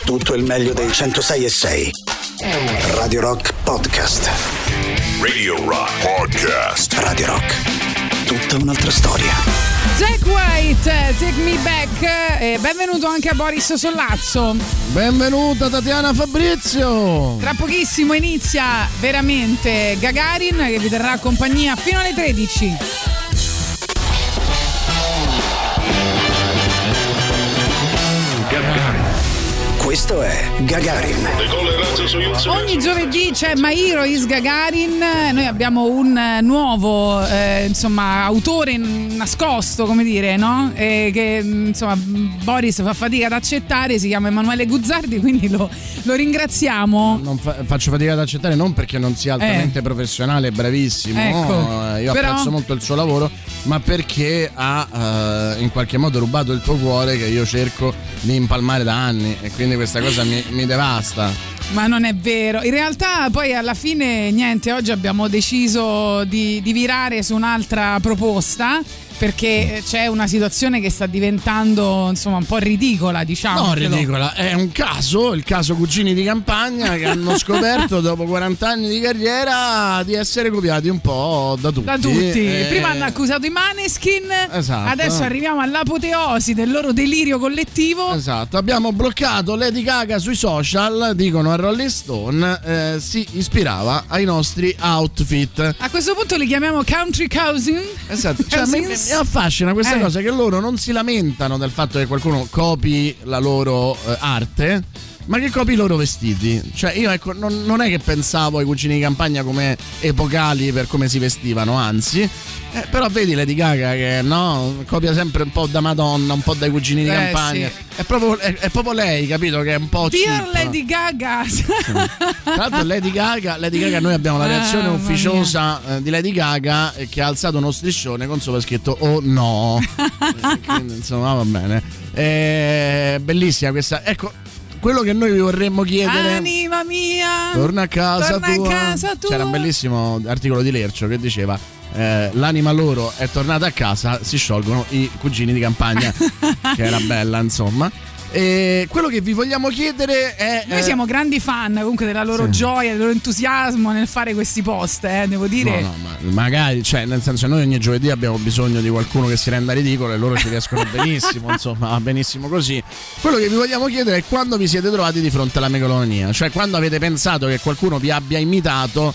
Tutto il meglio dei 106.6. Radio Rock Podcast. Radio Rock Podcast. Radio Rock. Tutta un'altra storia. Jack White, Take Me Back, e benvenuto anche a Boris Sollazzo. Benvenuta Tatiana Fabrizio. Tra pochissimo inizia veramente Gagarin, che vi terrà compagnia fino alle 13. Questo è Gagarin. Ogni giovedì c'è My Hero is Gagarin. Noi abbiamo un nuovo autore nascosto, come dire, no? Che insomma Boris fa fatica ad accettare. Si chiama Emanuele Guzzardi, quindi lo ringraziamo. Non faccio fatica ad accettare, non perché non sia altamente professionale e bravissimo, ecco, io apprezzo molto il suo lavoro, ma perché ha in qualche modo rubato il tuo cuore, che io cerco di impalmare da anni, e quindi questa cosa mi devasta. Ma non è vero, in realtà poi alla fine niente, oggi abbiamo deciso di virare su un'altra proposta, perché c'è una situazione che sta diventando insomma un po' ridicola, diciamo. No, ridicola, è un caso, il caso Cugini di Campagna, che hanno scoperto dopo 40 anni di carriera di essere copiati un po' da tutti. Prima hanno accusato i Maneskin, esatto. Adesso arriviamo all'apoteosi del loro delirio collettivo. Esatto, abbiamo bloccato Lady Gaga sui social, dicono a Rolling Stone, si ispirava ai nostri outfit. A questo punto li chiamiamo country cousin. Esatto, cioè, mi affascina questa cosa, che loro non si lamentano del fatto che qualcuno copi la loro arte, ma che copi i loro vestiti. Cioè io ecco, non è che pensavo ai Cugini di Campagna come epocali per come si vestivano, anzi, però vedi Lady Gaga che no, copia sempre un po' da Madonna, un po' dai Cugini di Campagna, sì. È proprio lei, capito, che è un po' Dear Lady Gaga. Sì. Tra l'altro Lady Gaga, noi abbiamo la reazione ufficiosa di Lady Gaga, che ha alzato uno striscione con sopra scritto "oh no". Quindi, insomma, va bene, bellissima questa, ecco. Quello che noi vi vorremmo chiedere: anima mia, torna a casa tua. C'era un bellissimo articolo di Lercio che diceva l'anima loro è tornata a casa, si sciolgono i Cugini di Campagna. Che era bella, insomma. E quello che vi vogliamo chiedere è: noi siamo grandi fan comunque della loro gioia, del loro entusiasmo nel fare questi post, devo dire. No, ma magari, cioè, nel senso, noi ogni giovedì abbiamo bisogno di qualcuno che si renda ridicolo, e loro ci riescono benissimo, insomma, va benissimo così. Quello che vi vogliamo chiedere è quando vi siete trovati di fronte alla megalonia, cioè quando avete pensato che qualcuno vi abbia imitato,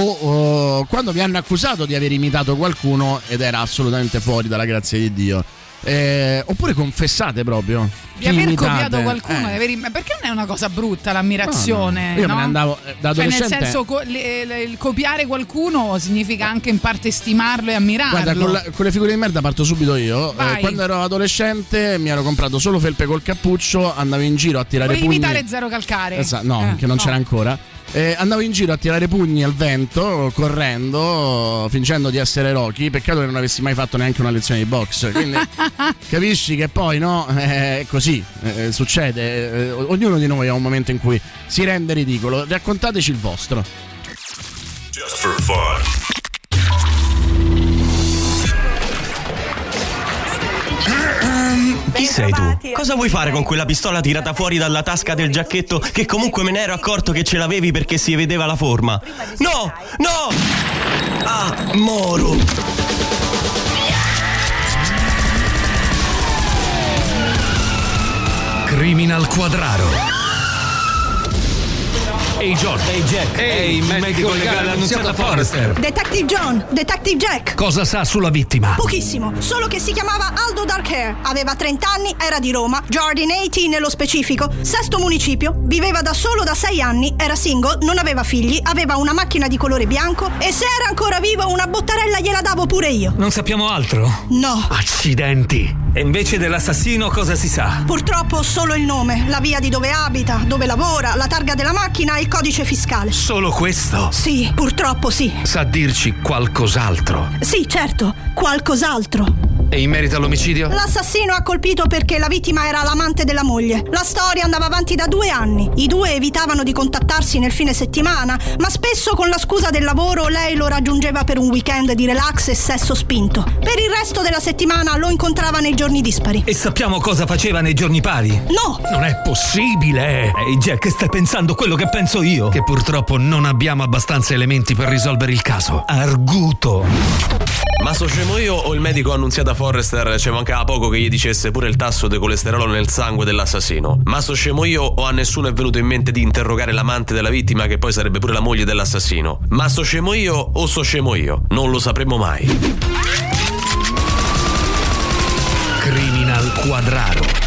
o quando vi hanno accusato di aver imitato qualcuno ed era assolutamente fuori dalla grazia di Dio. Oppure confessate proprio di aver copiato qualcuno, perché non è una cosa brutta l'ammirazione? No. Io me ne andavo da adolescente. Cioè, nel senso, il copiare qualcuno significa anche in parte stimarlo e ammirarlo. Guarda, con le figure di merda parto subito io. Quando ero adolescente mi ero comprato solo felpe col cappuccio, andavo in giro a tirare pugni. Vuoi imitare Zero Calcare? Esatto, che non c'era ancora. Andavo in giro a tirare pugni al vento, correndo, fingendo di essere Rocky. Peccato che non avessi mai fatto neanche una lezione di box. Quindi capisci che poi è così, succede. Ognuno di noi ha un momento in cui si rende ridicolo. Raccontateci il vostro. Just for fun. Chi sei tu? Cosa vuoi fare con quella pistola tirata fuori dalla tasca del giacchetto, che comunque me ne ero accorto che ce l'avevi perché si vedeva la forma? No! Ah, moro! Criminal Quadraro. Ehi John. Ehi Jack. Ehi, medico legale annunziata Forrester. Detective John. Detective Jack. Cosa sa sulla vittima? Pochissimo, solo che si chiamava Aldo Darkhair. Aveva 30 anni, era di Roma, Jordan 80 nello specifico, sesto municipio, viveva da solo da 6 anni, era single, non aveva figli, aveva una macchina di colore bianco e se era ancora vivo una bottarella gliela davo pure io. Non sappiamo altro? No. Accidenti. E invece dell'assassino cosa si sa? Purtroppo solo il nome, la via di dove abita, dove lavora, la targa della macchina e il codice fiscale. Solo questo? Sì, purtroppo sì. Sa dirci qualcos'altro? Sì, certo, qualcos'altro. E in merito all'omicidio? L'assassino ha colpito perché la vittima era l'amante della moglie. La storia andava avanti da 2 anni. I due evitavano di contattarsi nel fine settimana, ma spesso con la scusa del lavoro lei lo raggiungeva per un weekend di relax e sesso spinto. Per il resto della settimana lo incontrava nei giorni giorni dispari. E sappiamo cosa faceva nei giorni pari? No! Non è possibile! Ehi Jack, stai pensando quello che penso io? Che purtroppo non abbiamo abbastanza elementi per risolvere il caso. Arguto. Ma so scemo io o il medico annunziata Forrester ci mancava poco che gli dicesse pure il tasso di colesterolo nel sangue dell'assassino? Ma so scemo io o a nessuno è venuto in mente di interrogare l'amante della vittima che poi sarebbe pure la moglie dell'assassino? Ma so scemo io o so scemo io? Non lo sapremo mai. Criminal Quadraro.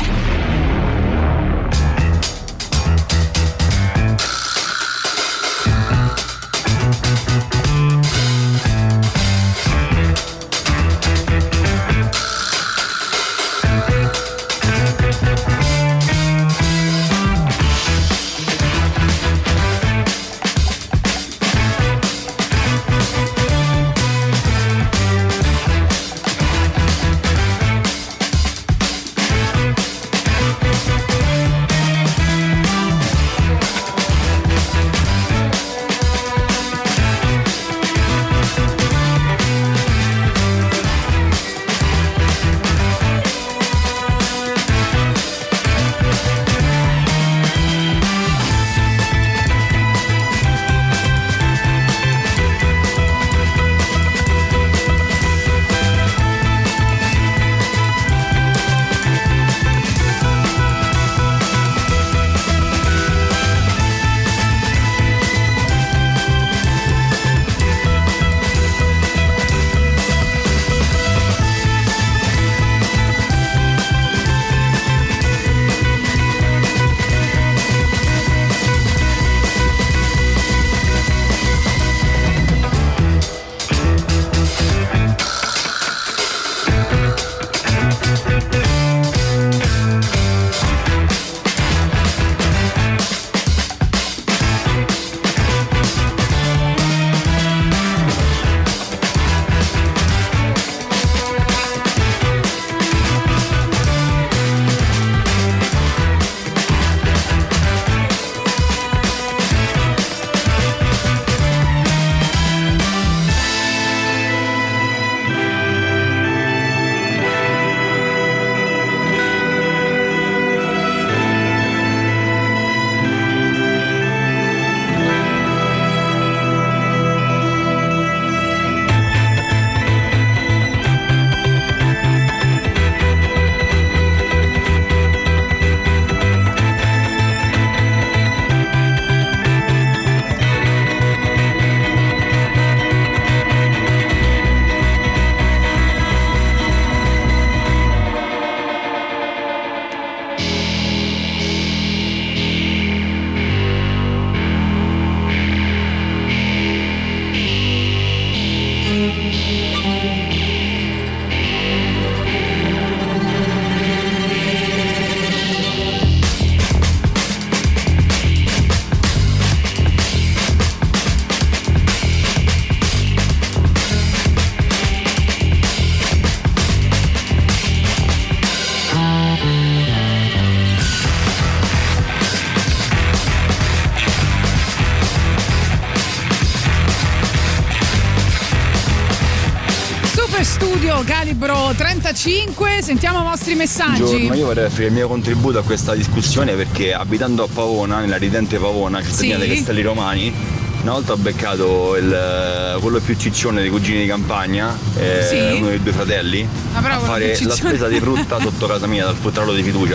Studio Calibro 35, sentiamo i vostri messaggi. Buongiorno, io vorrei offrire il mio contributo a questa discussione perché abitando a Pavona, nella ridente Pavona, cittadina dei Castelli Romani, una volta ho beccato quello più ciccione dei cugini di campagna, uno dei due fratelli, a fare la spesa di frutta sotto casa mia dal fruttaiolo di fiducia.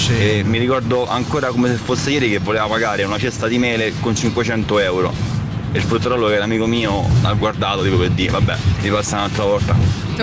E mi ricordo ancora come se fosse ieri che voleva pagare una cesta di mele con 500 euro. E il fruttaiolo, che era amico mio, l'ha guardato tipo per dire vabbè, mi passa un'altra volta. Te lo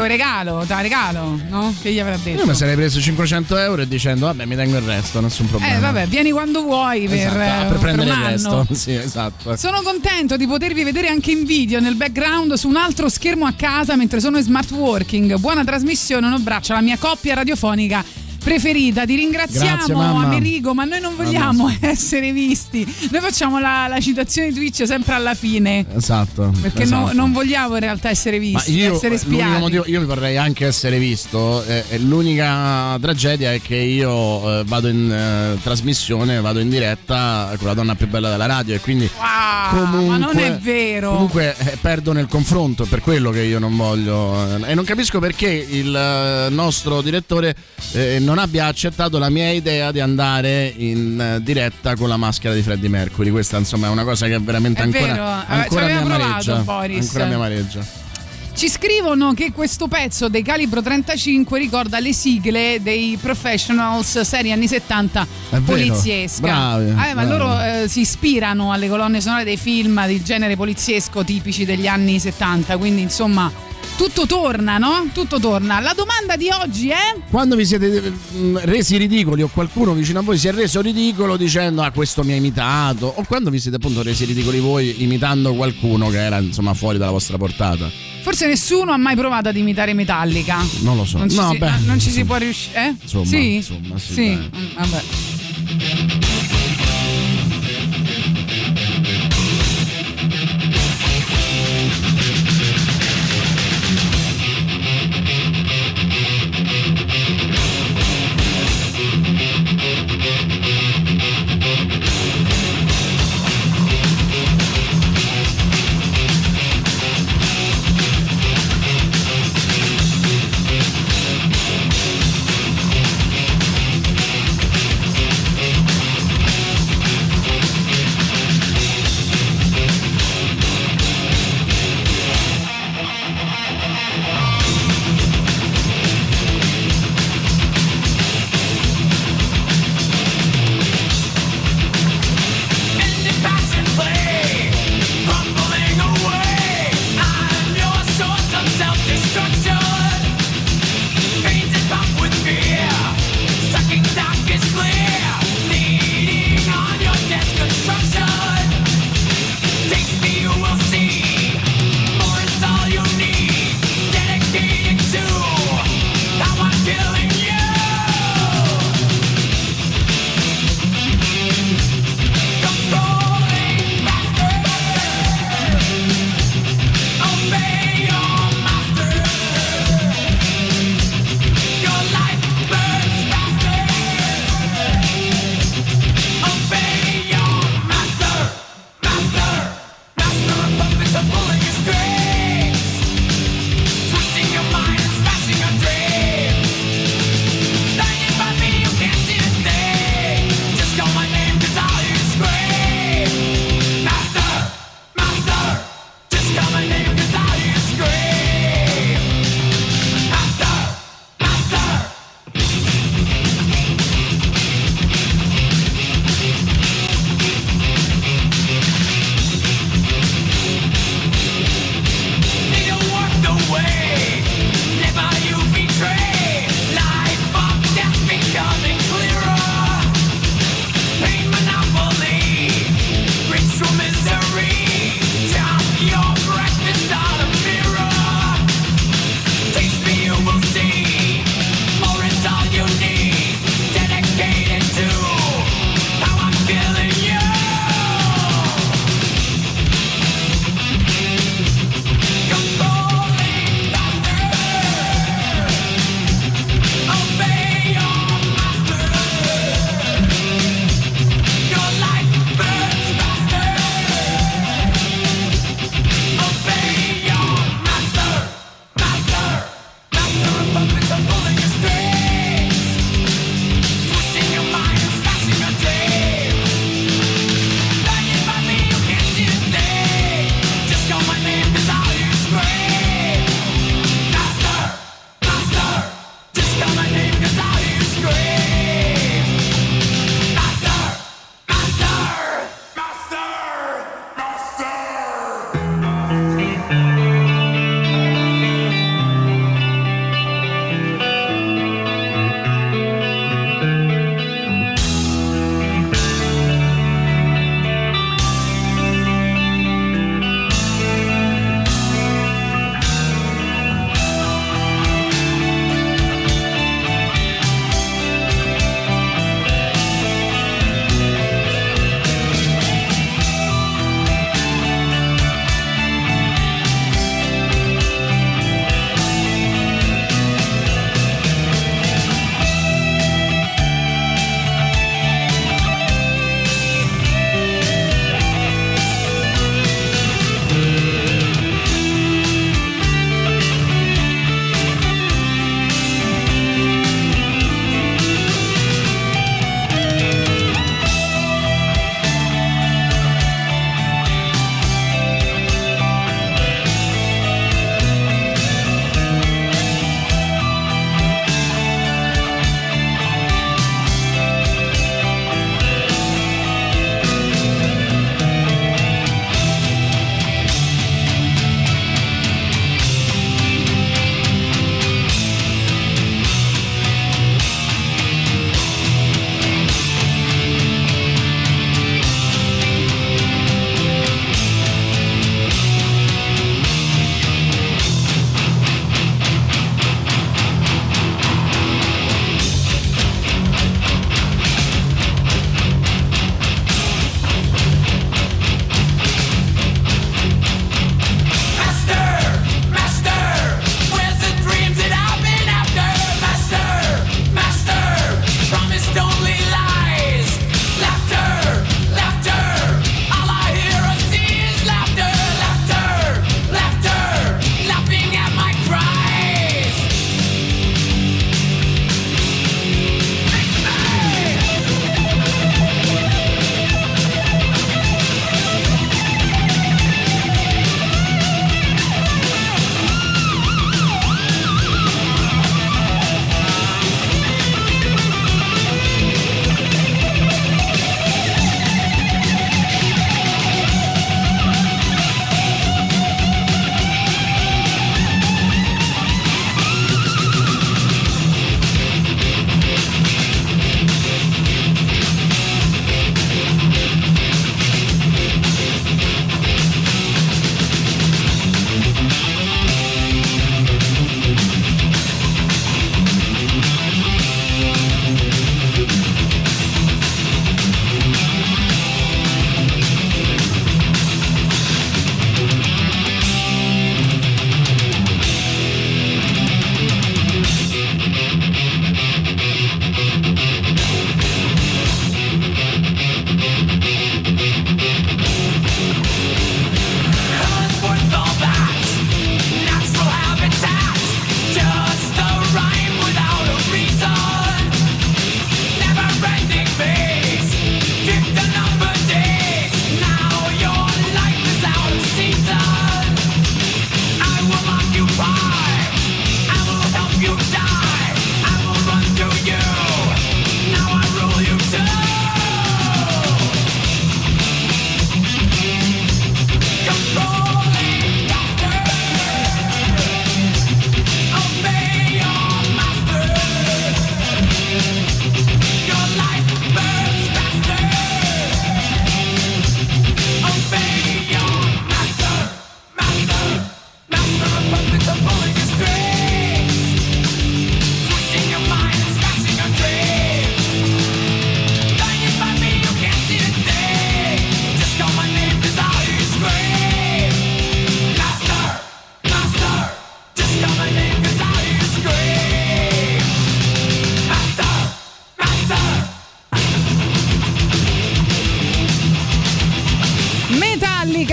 regalo, no? Che gli avrà detto? Io mi sarei preso 500 euro e dicendo vabbè, mi tengo il resto, nessun problema. Vabbè, vieni quando vuoi per prendere il resto. Sì, esatto. Sono contento di potervi vedere anche in video nel background su un altro schermo a casa mentre sono in smart working. Buona trasmissione, un abbraccio alla mia coppia radiofonica preferita. Ti ringraziamo, Amerigo, ma noi non vogliamo essere visti. Noi facciamo la citazione di Twitch sempre alla fine. Esatto. Perché non vogliamo in realtà essere visti, essere spiati. Io mi vorrei anche essere visto. L'unica tragedia è che io vado in trasmissione, vado in diretta con la donna più bella della radio e quindi comunque, ma non è vero. Comunque perdo nel confronto, per quello che io non voglio e non capisco perché il nostro direttore non abbia accettato la mia idea di andare in diretta con la maschera di Freddie Mercury. Questa insomma è una cosa che veramente ancora mi amareggia. Ancora mi amareggia. Ci scrivono che questo pezzo dei Calibro 35 ricorda le sigle dei Professionals serie anni 70 poliziesca. Bravi. Ma loro si ispirano alle colonne sonore dei film del genere poliziesco tipici degli anni 70, quindi insomma tutto torna, no? Tutto torna. La domanda di oggi è: quando vi siete resi ridicoli o qualcuno vicino a voi si è reso ridicolo dicendo questo mi ha imitato, o quando vi siete appunto resi ridicoli voi imitando qualcuno che era insomma fuori dalla vostra portata? Forse nessuno ha mai provato ad imitare Metallica. Non lo so. Non ci si può riuscire. Insomma, sì. Sì. Vabbè.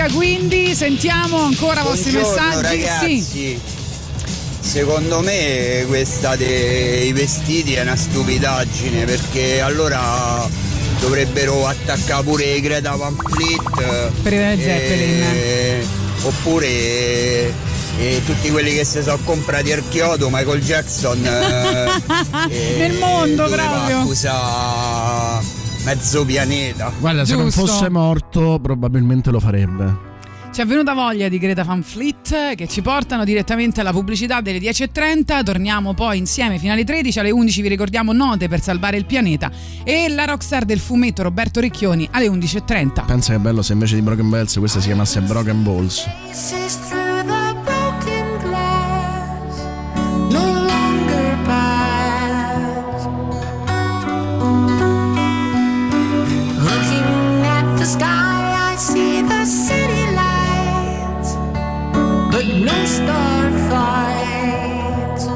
musica, quindi sentiamo ancora i vostri messaggi. Ragazzi, sì. Secondo me questa dei vestiti è una stupidaggine, perché allora dovrebbero attaccare pure Greta Van Fleet per i Zeppelin, oppure tutti quelli che si sono comprati al chiodo Michael Jackson nel mondo proprio accusa mezzo pianeta. Guarda, se non fosse morto probabilmente lo farebbe. Ci è venuta voglia di Greta Van Fleet, che ci portano direttamente alla pubblicità delle 10.30. Torniamo poi insieme fino alle 13. Alle 11 vi ricordiamo Note per salvare il pianeta e la rockstar del fumetto Roberto Recchioni alle 11.30. Pensa che bello se invece di Broken Bells questa si chiamasse Broken Balls. No star fights.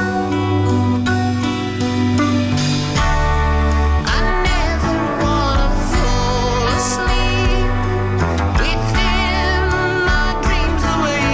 I never wanna fall asleep within my dreams, the way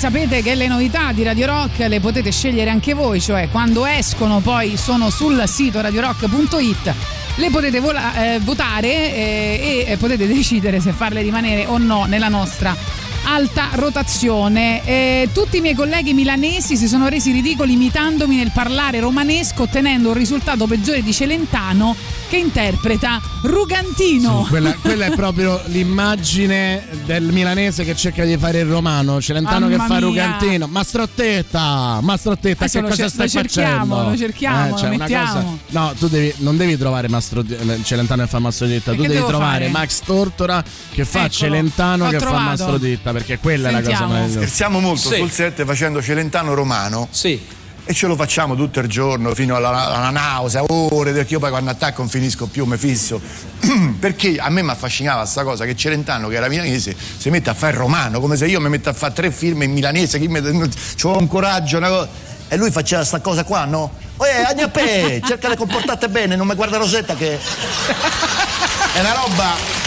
sapete che le novità di Radio Rock le potete scegliere anche voi, cioè quando escono poi sono sul sito radiorock.it, le potete votare e potete decidere se farle rimanere o no nella nostra alta rotazione. Tutti i miei colleghi milanesi si sono resi ridicoli imitandomi nel parlare romanesco, ottenendo un risultato peggiore di Celentano che interpreta Rugantino. Sì, quella è proprio l'immagine del milanese che cerca di fare il romano. Celentano che fa Rugantino. Mastrottetta, che cosa stai facendo? Lo cerchiamo, lo mettiamo. No, tu non devi trovare Celentano che fa Mastrottetta, tu devi trovare Max Tortora che fa Celentano che fa Mastrottetta, perché quella è la cosa meravigliosa. Scherziamo molto sul set facendo Celentano romano. Sì. E ce lo facciamo tutto il giorno fino alla nausea, ore, perché io poi quando attacco non finisco più, mi fisso. Perché a me mi affascinava sta cosa che Celentano, che era milanese, si mette a fare il romano, come se io mi metto a fare 3 film in milanese, c'ho un coraggio, una cosa. E lui faceva sta cosa qua, no? Agnape, cerca di comportarti bene, non mi guarda Rosetta che è una roba.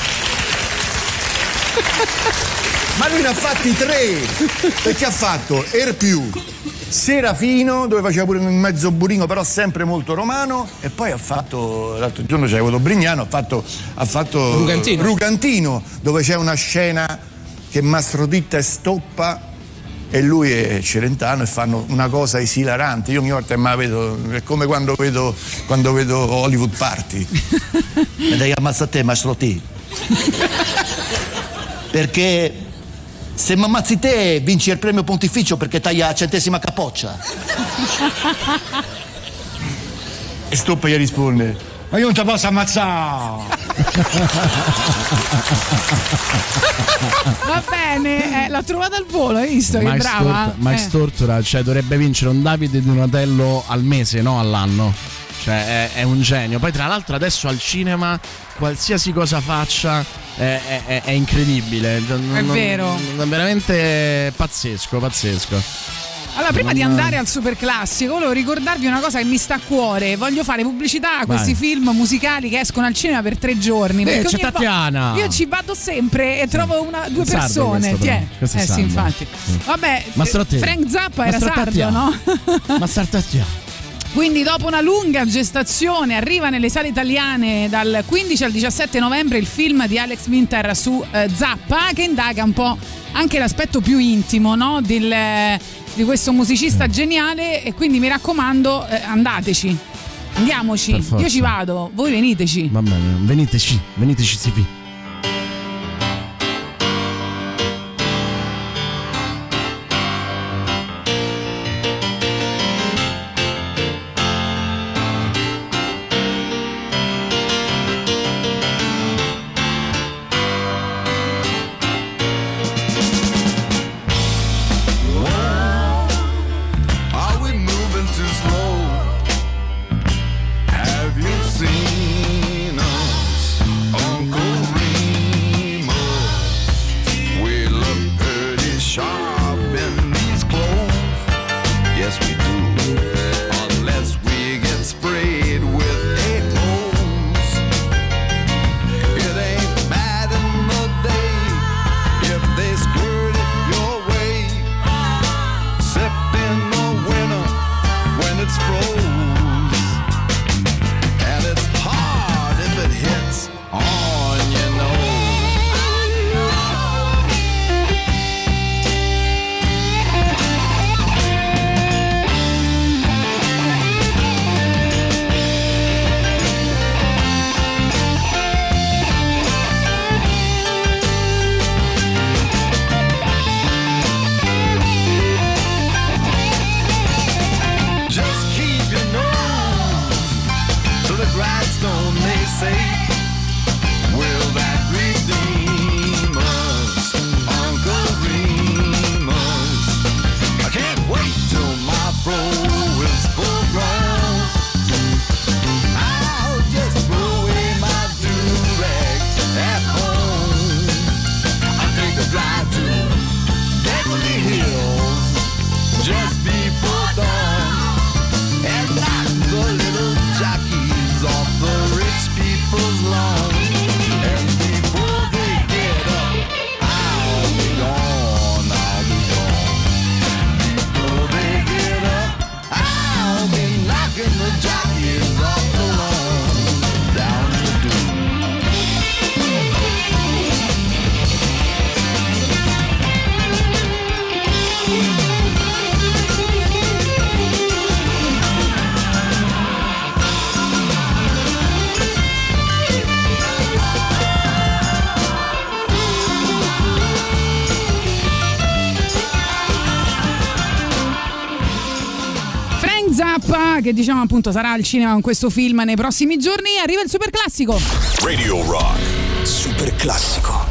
Ma lui ne ha fatti 3, perché ha fatto Erpiù, Serafino, dove faceva pure un mezzo burino, però sempre molto romano, e poi ha fatto, l'altro giorno c'è avuto Brignano, ha fatto Rugantino, dove c'è una scena che Mastrotitta stoppa e lui è Celentano e fanno una cosa esilarante. Io ogni volta me la vedo, è come quando vedo Hollywood Party. E dai, ammazza a te, Mastrotti. Perché se mi ammazzi te vinci il premio pontificio perché taglia la 100ª capoccia. E Stoppa gli risponde: ma io non ti posso ammazzare. Va bene, l'ha trovata al volo, hai visto? Che brava. Max Tortora, cioè, dovrebbe vincere un Davide di Donatello al mese, no all'anno. Cioè è un genio. Poi tra l'altro adesso al cinema qualsiasi cosa faccia è incredibile. È vero. È veramente pazzesco. Allora, prima di andare al super classico, volevo ricordarvi una cosa che mi sta a cuore. Voglio fare pubblicità a questi film musicali che escono al cinema per 3 giorni. Perché c'è Tatiana. Io ci vado sempre e trovo 2 persone. Sì, infatti. Vabbè, Frank Zappa era sardo, no? Ma Tatiana. Quindi dopo una lunga gestazione arriva nelle sale italiane dal 15 al 17 novembre il film di Alex Winter su Zappa, che indaga un po' anche l'aspetto più intimo, no? di questo musicista geniale, e quindi mi raccomando, andateci, andiamoci, io ci vado, voi veniteci. Va bene, veniteci sì. Zappa, che diciamo appunto sarà al cinema con questo film nei prossimi giorni. Arriva il super classico. Radio Rock. Super classico.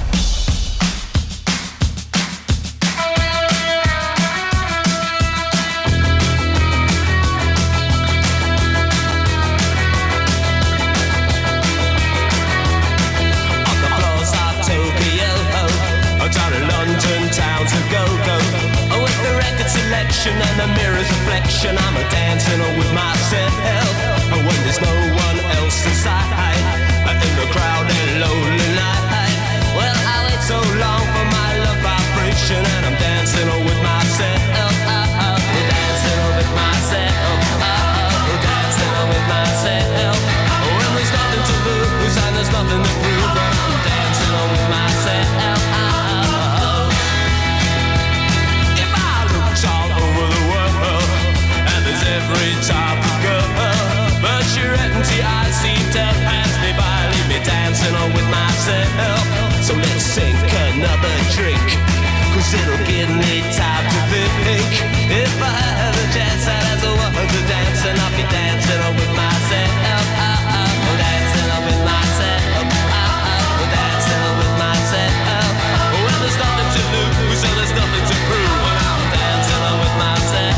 Down in London town to go with the record selection and the mirror's reflection. I'm a dancing with myself when there's no one else inside in the crowded lonely night. Well, I wait so long for my love vibration and I'm dancing with myself. Dancing with myself. Dancing with myself. When there's nothing to lose and there's nothing to prove, I'm dancing with myself. Every type of girl, but your empty eyes seem to pass me by, leave me dancing on with myself. So let's sink another drink, cause it'll give me time to think. If I had a chance, I'd ask a woman to dance, and I'll be dancing on with myself. Dancing on with myself. Dancing on with myself. Well, there's nothing to lose, and there's nothing to prove, but I'm dancing on with myself.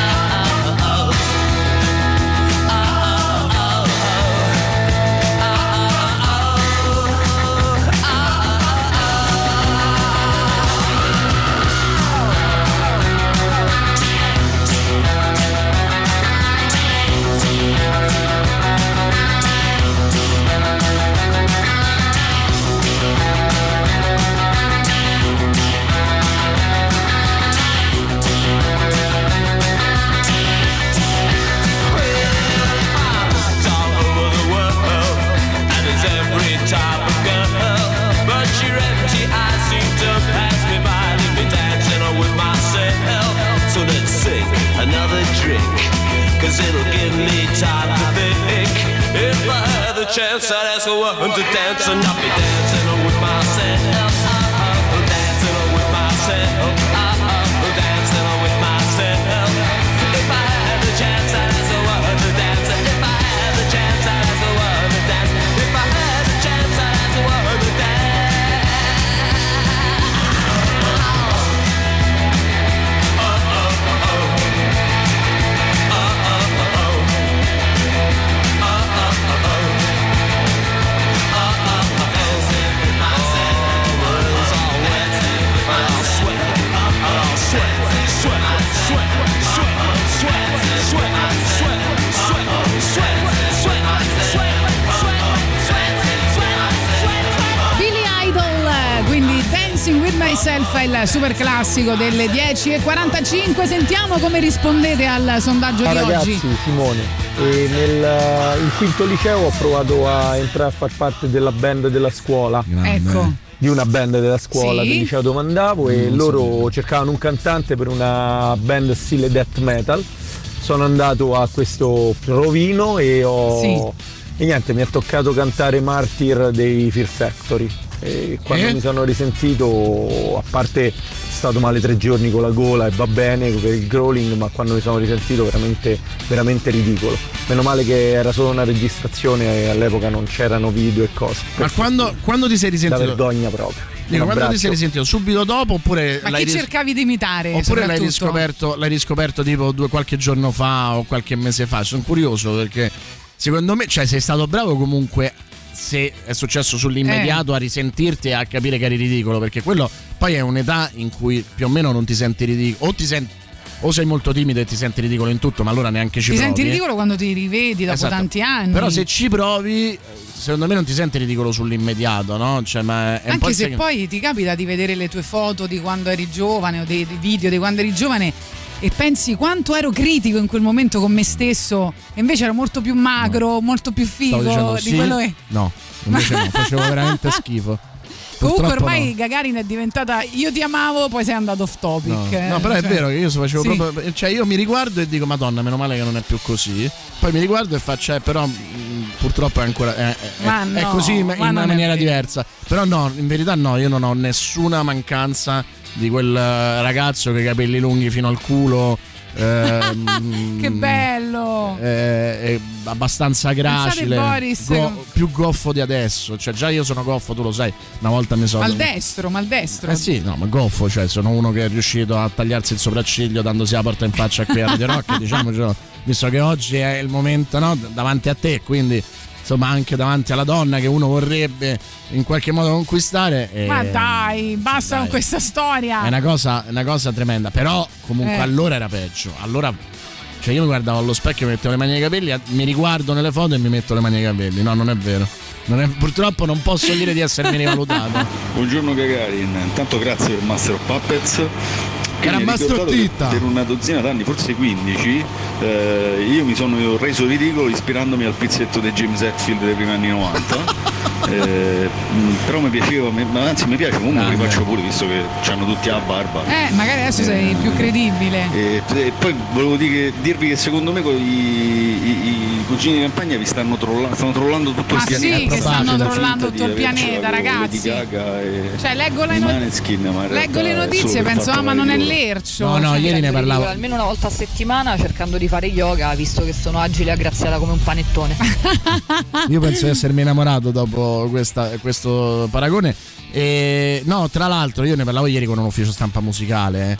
Another drink, cause it'll give me time to think. If I had the chance, I'd ask a woman to dance, and I'll be dancing with myself. Dancing with myself. Dancing with myself. If I had the chance, I'd ask a woman to dance. If I had the chance, I'd ask a woman to dance. If I had the chance, I'd ask a woman to dance. With Myself è il super classico delle 10:45. Sentiamo come rispondete al sondaggio di ragazzi, oggi. Simone, in quinto liceo ho provato a entrare a far parte della band della scuola. Ecco. Di una band della scuola Sì. del liceo dove andavo, e loro cercavano un cantante per una band stile death metal. Sono andato a questo provino e e niente, mi è toccato cantare Martyr dei Fear Factory. E quando mi sono risentito, a parte è stato male 3 giorni con la gola e va bene per il growling, ma quando mi sono risentito veramente, veramente ridicolo. Meno male che era solo una registrazione e all'epoca non c'erano video e cose. Ma quando ti sei risentito? Da vergogna proprio. Dico, quando ti sei risentito? Subito dopo oppure Ma chi cercavi di imitare? Oppure l'hai riscoperto tipo qualche giorno fa o qualche mese fa? Sono curioso perché secondo me, cioè, sei stato bravo comunque, se è successo sull'immediato, a risentirti e a capire che eri ridicolo, perché quello poi è un'età in cui più o meno non ti senti ridicolo, o sei molto timido e ti senti ridicolo in tutto, ma allora neanche ci provi. Ti senti ridicolo quando ti rivedi dopo tanti anni. Però se ci provi, secondo me non ti senti ridicolo sull'immediato, no? Cioè, ma è anche se poi ti capita di vedere le tue foto di quando eri giovane o dei video di quando eri giovane e pensi quanto ero critico in quel momento con me stesso, e invece ero molto più magro, molto più figo di quello che... No, invece no, facevo veramente schifo. Comunque ormai no. Gagarin è diventata io ti amavo, poi sei andato off topic. No, però è vero che io facevo proprio, cioè io mi riguardo e dico Madonna, meno male che non è più così. Poi mi riguardo e faccio però purtroppo è ancora è così in una maniera diversa. Però no, in verità no, io non ho nessuna mancanza di quel ragazzo che i capelli lunghi fino al culo Che bello! È abbastanza gracile. Boris, più goffo di adesso. Cioè, già io sono goffo, tu lo sai. Una volta mi sono. Maldestro. Sì, no, ma goffo, cioè sono uno che è riuscito a tagliarsi il sopracciglio dandosi la porta in faccia qui a Radio Rock, diciamocelo, visto che oggi è il momento, no, davanti a te, quindi insomma anche davanti alla donna che uno vorrebbe in qualche modo conquistare. Ma dai, basta con questa storia. È una cosa tremenda, però comunque allora era peggio. Allora, cioè io mi guardavo allo specchio, mi mettevo le mani ai capelli, mi riguardo nelle foto e mi metto le mani ai capelli. No, non è vero. Purtroppo non posso dire di essermi rivalutato. Buongiorno Gagarin, intanto grazie per Master of Puppets. Era Mastro Titta. Per una dozzina d'anni, forse 15, io mi sono reso ridicolo ispirandomi al pizzetto di James Hetfield dei primi anni 90. Però mi piaceva, anzi mi piace comunque, li faccio pure visto che c'hanno tutti la barba. Magari adesso sei più credibile. E poi volevo dirvi che secondo me i cugini di campagna vi stanno trollando tutto il pianeta. Sì, che stanno trollando tutto il pianeta, ragazzi. Cioè leggo le notizie e penso, ma non è lercio. No, ieri ne parlavo. Almeno una volta a settimana cercando di fare yoga, visto che sono agile e aggraziata come un panettone. Io penso di essermi innamorato dopo questo paragone. No, tra l'altro io ne parlavo ieri con un ufficio stampa musicale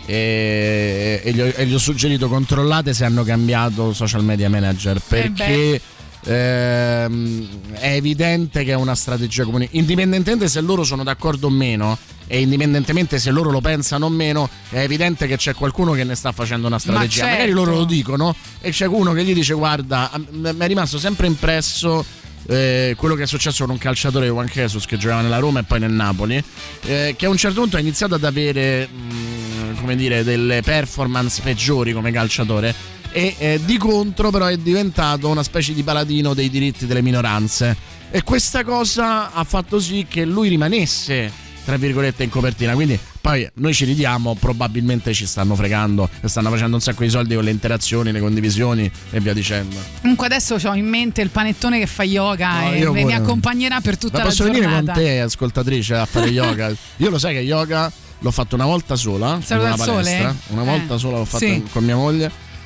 e gli ho suggerito: controllate se hanno cambiato social media manager, perché è evidente che è una strategia comune, indipendentemente se loro sono d'accordo o meno, e indipendentemente se loro lo pensano o meno, è evidente che c'è qualcuno che ne sta facendo una strategia. Magari loro lo dicono e c'è uno che gli dice: guarda, mi è rimasto sempre impresso quello che è successo con un calciatore, Juan Jesus, che giocava nella Roma e poi nel Napoli, che a un certo punto ha iniziato ad avere come dire, delle performance peggiori come calciatore, e di contro però è diventato una specie di paladino dei diritti delle minoranze, e questa cosa ha fatto sì che lui rimanesse tra virgolette in copertina. Quindi poi noi ci ridiamo, probabilmente ci stanno fregando, stanno facendo un sacco di soldi con le interazioni, le condivisioni e via dicendo. Comunque adesso ho in mente il panettone che fa yoga e mi accompagnerà per tutta la giornata. Posso venire con te, ascoltatrice, a fare yoga? Io lo sai che yoga l'ho fatto una volta sola in una palestra, una volta sola l'ho fatto con mia moglie.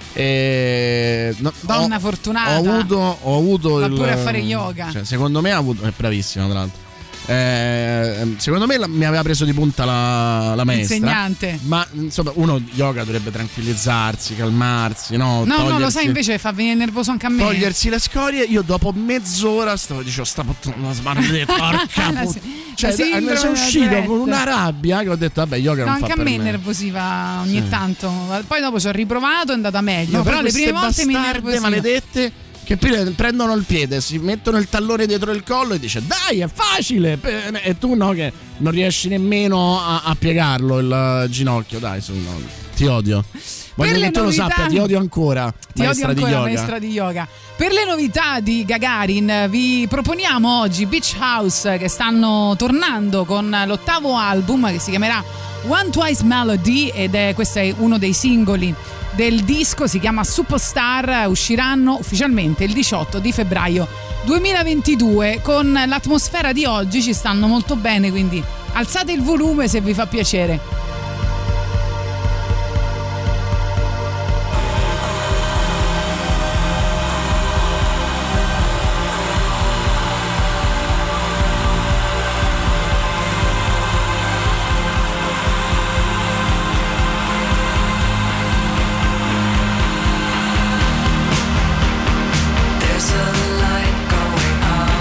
Donna fortunata. Ho avuto va pure a fare yoga. Cioè, secondo me ha avuto, è bravissima tra l'altro. Secondo me mi aveva preso di punta la maestra, insegnante. Ma insomma, uno yoga dovrebbe tranquillizzarsi, calmarsi, no? No, lo sai, invece fa venire nervoso anche a me. Togliersi le scorie. Io dopo mezz'ora dicevo, porca cioè, sono uscito con una rabbia che ho detto, vabbè, yoga non fa per me. Anche a me nervosiva ogni tanto. Poi dopo ci ho riprovato, è andata meglio. Però le prime volte mi nervosiva. Maledette che prendono il piede, si mettono il tallone dietro il collo e dice: dai, è facile, e tu no, che non riesci nemmeno a piegarlo il ginocchio. Dai, ti odio. Voglio che tu lo sappia, ti odio ancora. Maestra di yoga. Per le novità di Gagarin vi proponiamo oggi Beach House, che stanno tornando con l'8º album che si chiamerà One Twice Melody, questo è uno dei singoli del disco, si chiama Superstar. Usciranno ufficialmente il 18 di febbraio 2022. Con l'atmosfera di oggi ci stanno molto bene, quindi alzate il volume se vi fa piacere.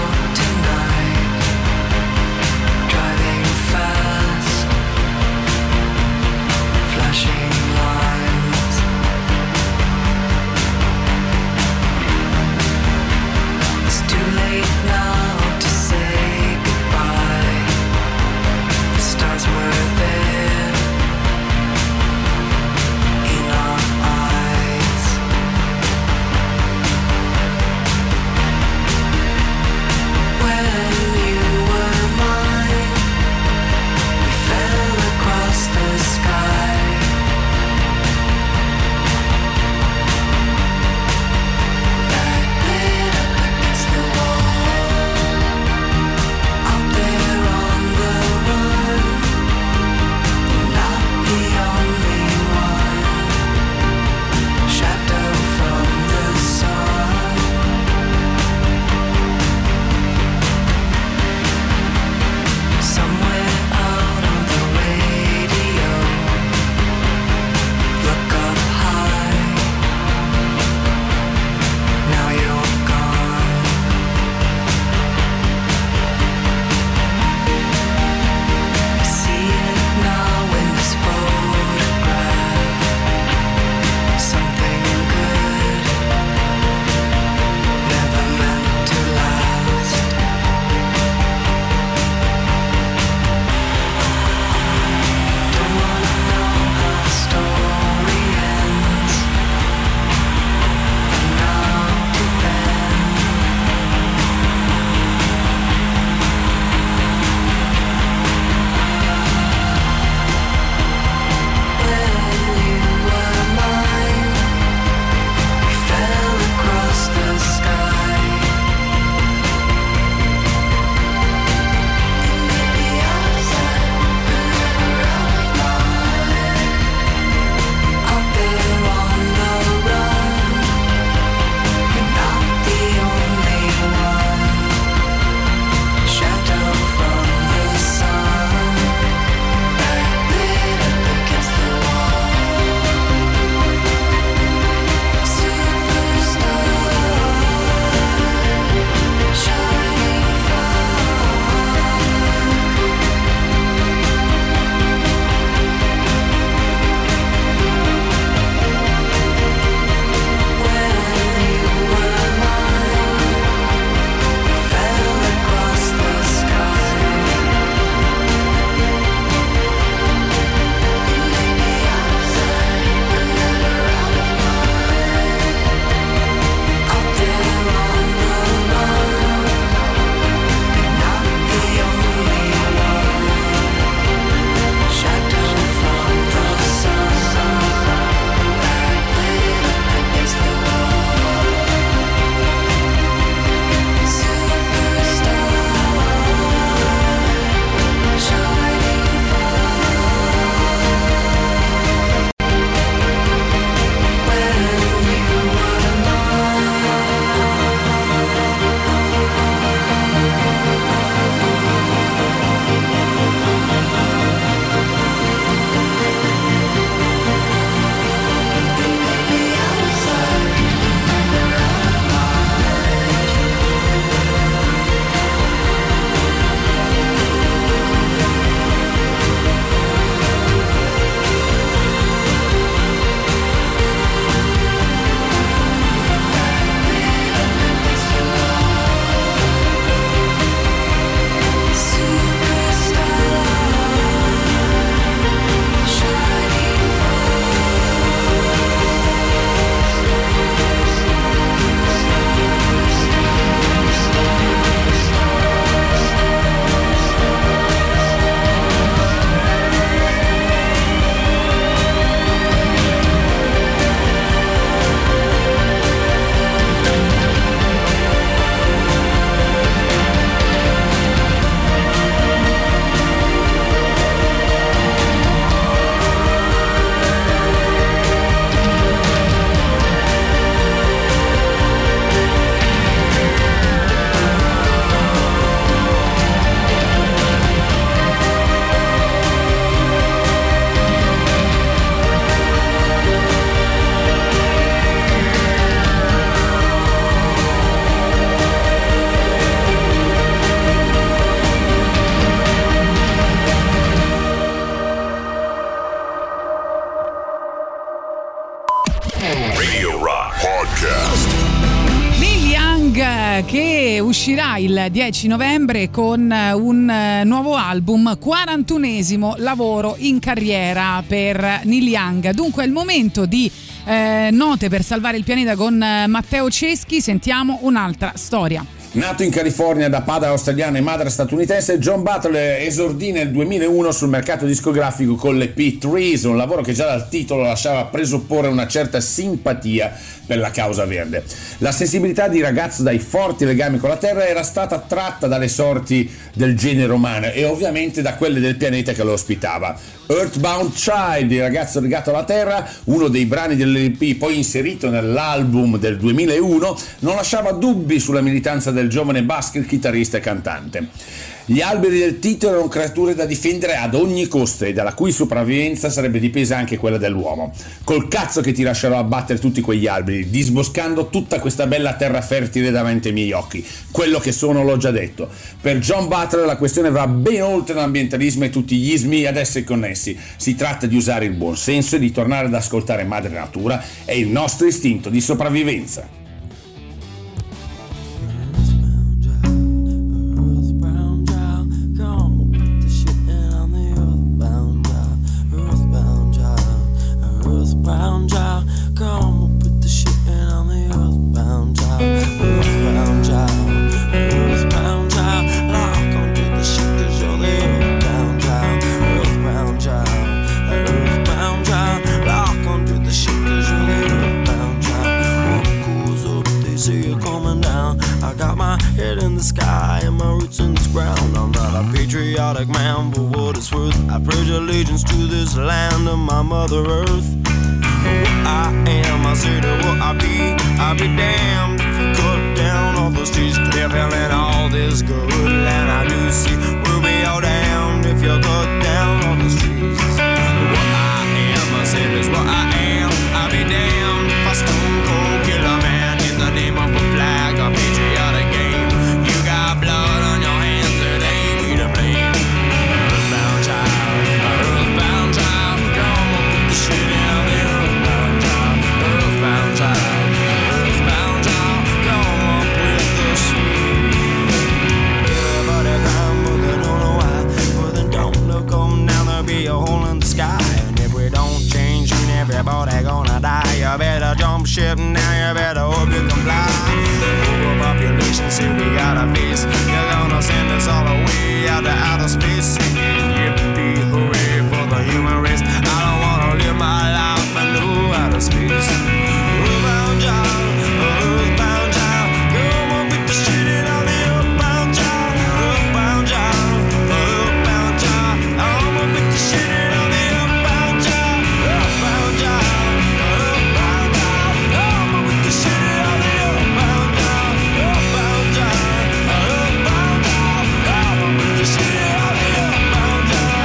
Driving fast Radio Rock Podcast. Neil Young che uscirà il 10 novembre con un nuovo album, 41esimo lavoro in carriera per Neil Young. Dunque è il momento di note per salvare il pianeta con Matteo Ceschi. Sentiamo un'altra storia. Nato in California da padre australiano e madre statunitense, John Butler esordì nel 2001 sul mercato discografico con l'EP Trees, un lavoro che già dal titolo lasciava presupporre una certa simpatia per la causa verde. La sensibilità di ragazzo dai forti legami con la terra era stata tratta dalle sorti del genere umano e ovviamente da quelle del pianeta che lo ospitava. Earthbound Child, il ragazzo legato alla terra, uno dei brani dell'EP poi inserito nell'album del 2001, non lasciava dubbi sulla militanza del giovane busker, chitarrista e cantante. Gli alberi del titolo erano creature da difendere ad ogni costo e dalla cui sopravvivenza sarebbe dipesa anche quella dell'uomo. Col cazzo che ti lascerò abbattere tutti quegli alberi, disboscando tutta questa bella terra fertile davanti ai miei occhi. Quello che sono l'ho già detto. Per John Butler la questione va ben oltre l'ambientalismo e tutti gli ismi ad essi connessi. Si tratta di usare il buon senso e di tornare ad ascoltare madre natura e il nostro istinto di sopravvivenza. Earthbound child, come on, put the shit in on the earthbound child. Earthbound child, earthbound child, lock onto the shit 'cause you're the earthbound child. Earthbound child, earthbound child, lock onto the shit 'cause you're the earthbound child. What goes up, they say you're coming down. I got my head in the sky and my roots in this ground. I'm not a patriotic man, but what it's worth, I pledge allegiance to this land of my mother earth. What I am, I say to what I be damned if you cut down all those trees, leveling all this good land. I do see we'll be all damned if you cut down all those trees. What I am, I say is what I am, I be damned if I stone cold kill a man in the name of a flag, a patriotic game. You got blood on your hands, it ain't me to blame. Earthbound child, earthbound child, come on, put the shit in on the earthbound child. Earthbound child, earthbound child, come up with the sweet. Everybody crying, but they don't know why. But they don't look up now, there'll be a hole in the sky. And if we don't change, soon everybody gonna die. You better jump ship now, you better hope you can fly. Overpopulation, see we got a face. You're gonna send us all away out to outer space. Yippee, hooray for the human race. I don't wanna live my life in no outer space. Earthbound child, earthbound child, come on, put the shit in on the earthbound child. Earthbound child, earthbound child, I'm gonna put the shit in on the earthbound child. Earthbound child, earthbound child, I'm gonna put the shit in on the earthbound child. Earthbound child, earthbound child, I'm gonna put the shit in on the earthbound child.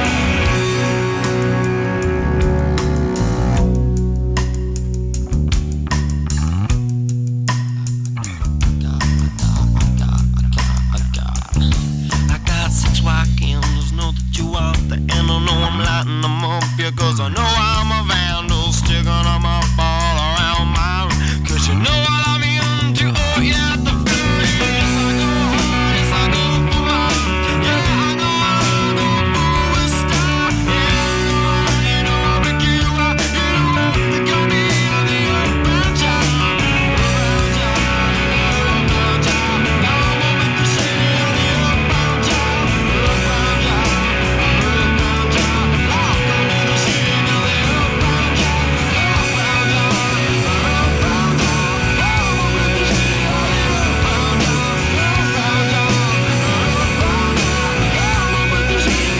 I got 6 white candles, know that you out there, and I know I'm lighting them up, yeah, 'cause I know I'm a vandal, sticking them up all around my room, 'cause you know what I'm into, oh yeah, the food, yes, I go hard, yes, I go for mine, yeah, I go hard, I go full with style, yeah, you know I'll pick you up, you know, the company of the earthbound child, earthbound child, earthbound child, now I'm gonna make the shit on the earthbound child, earthbound child, earthbound child, lock onto the shit on the earthbound child, earthbound child, earthbound child, now I'm gonna make the shit on the earthbound child, earthbound child, earthbound child, now I'm gonna make the shit on the earthbound child,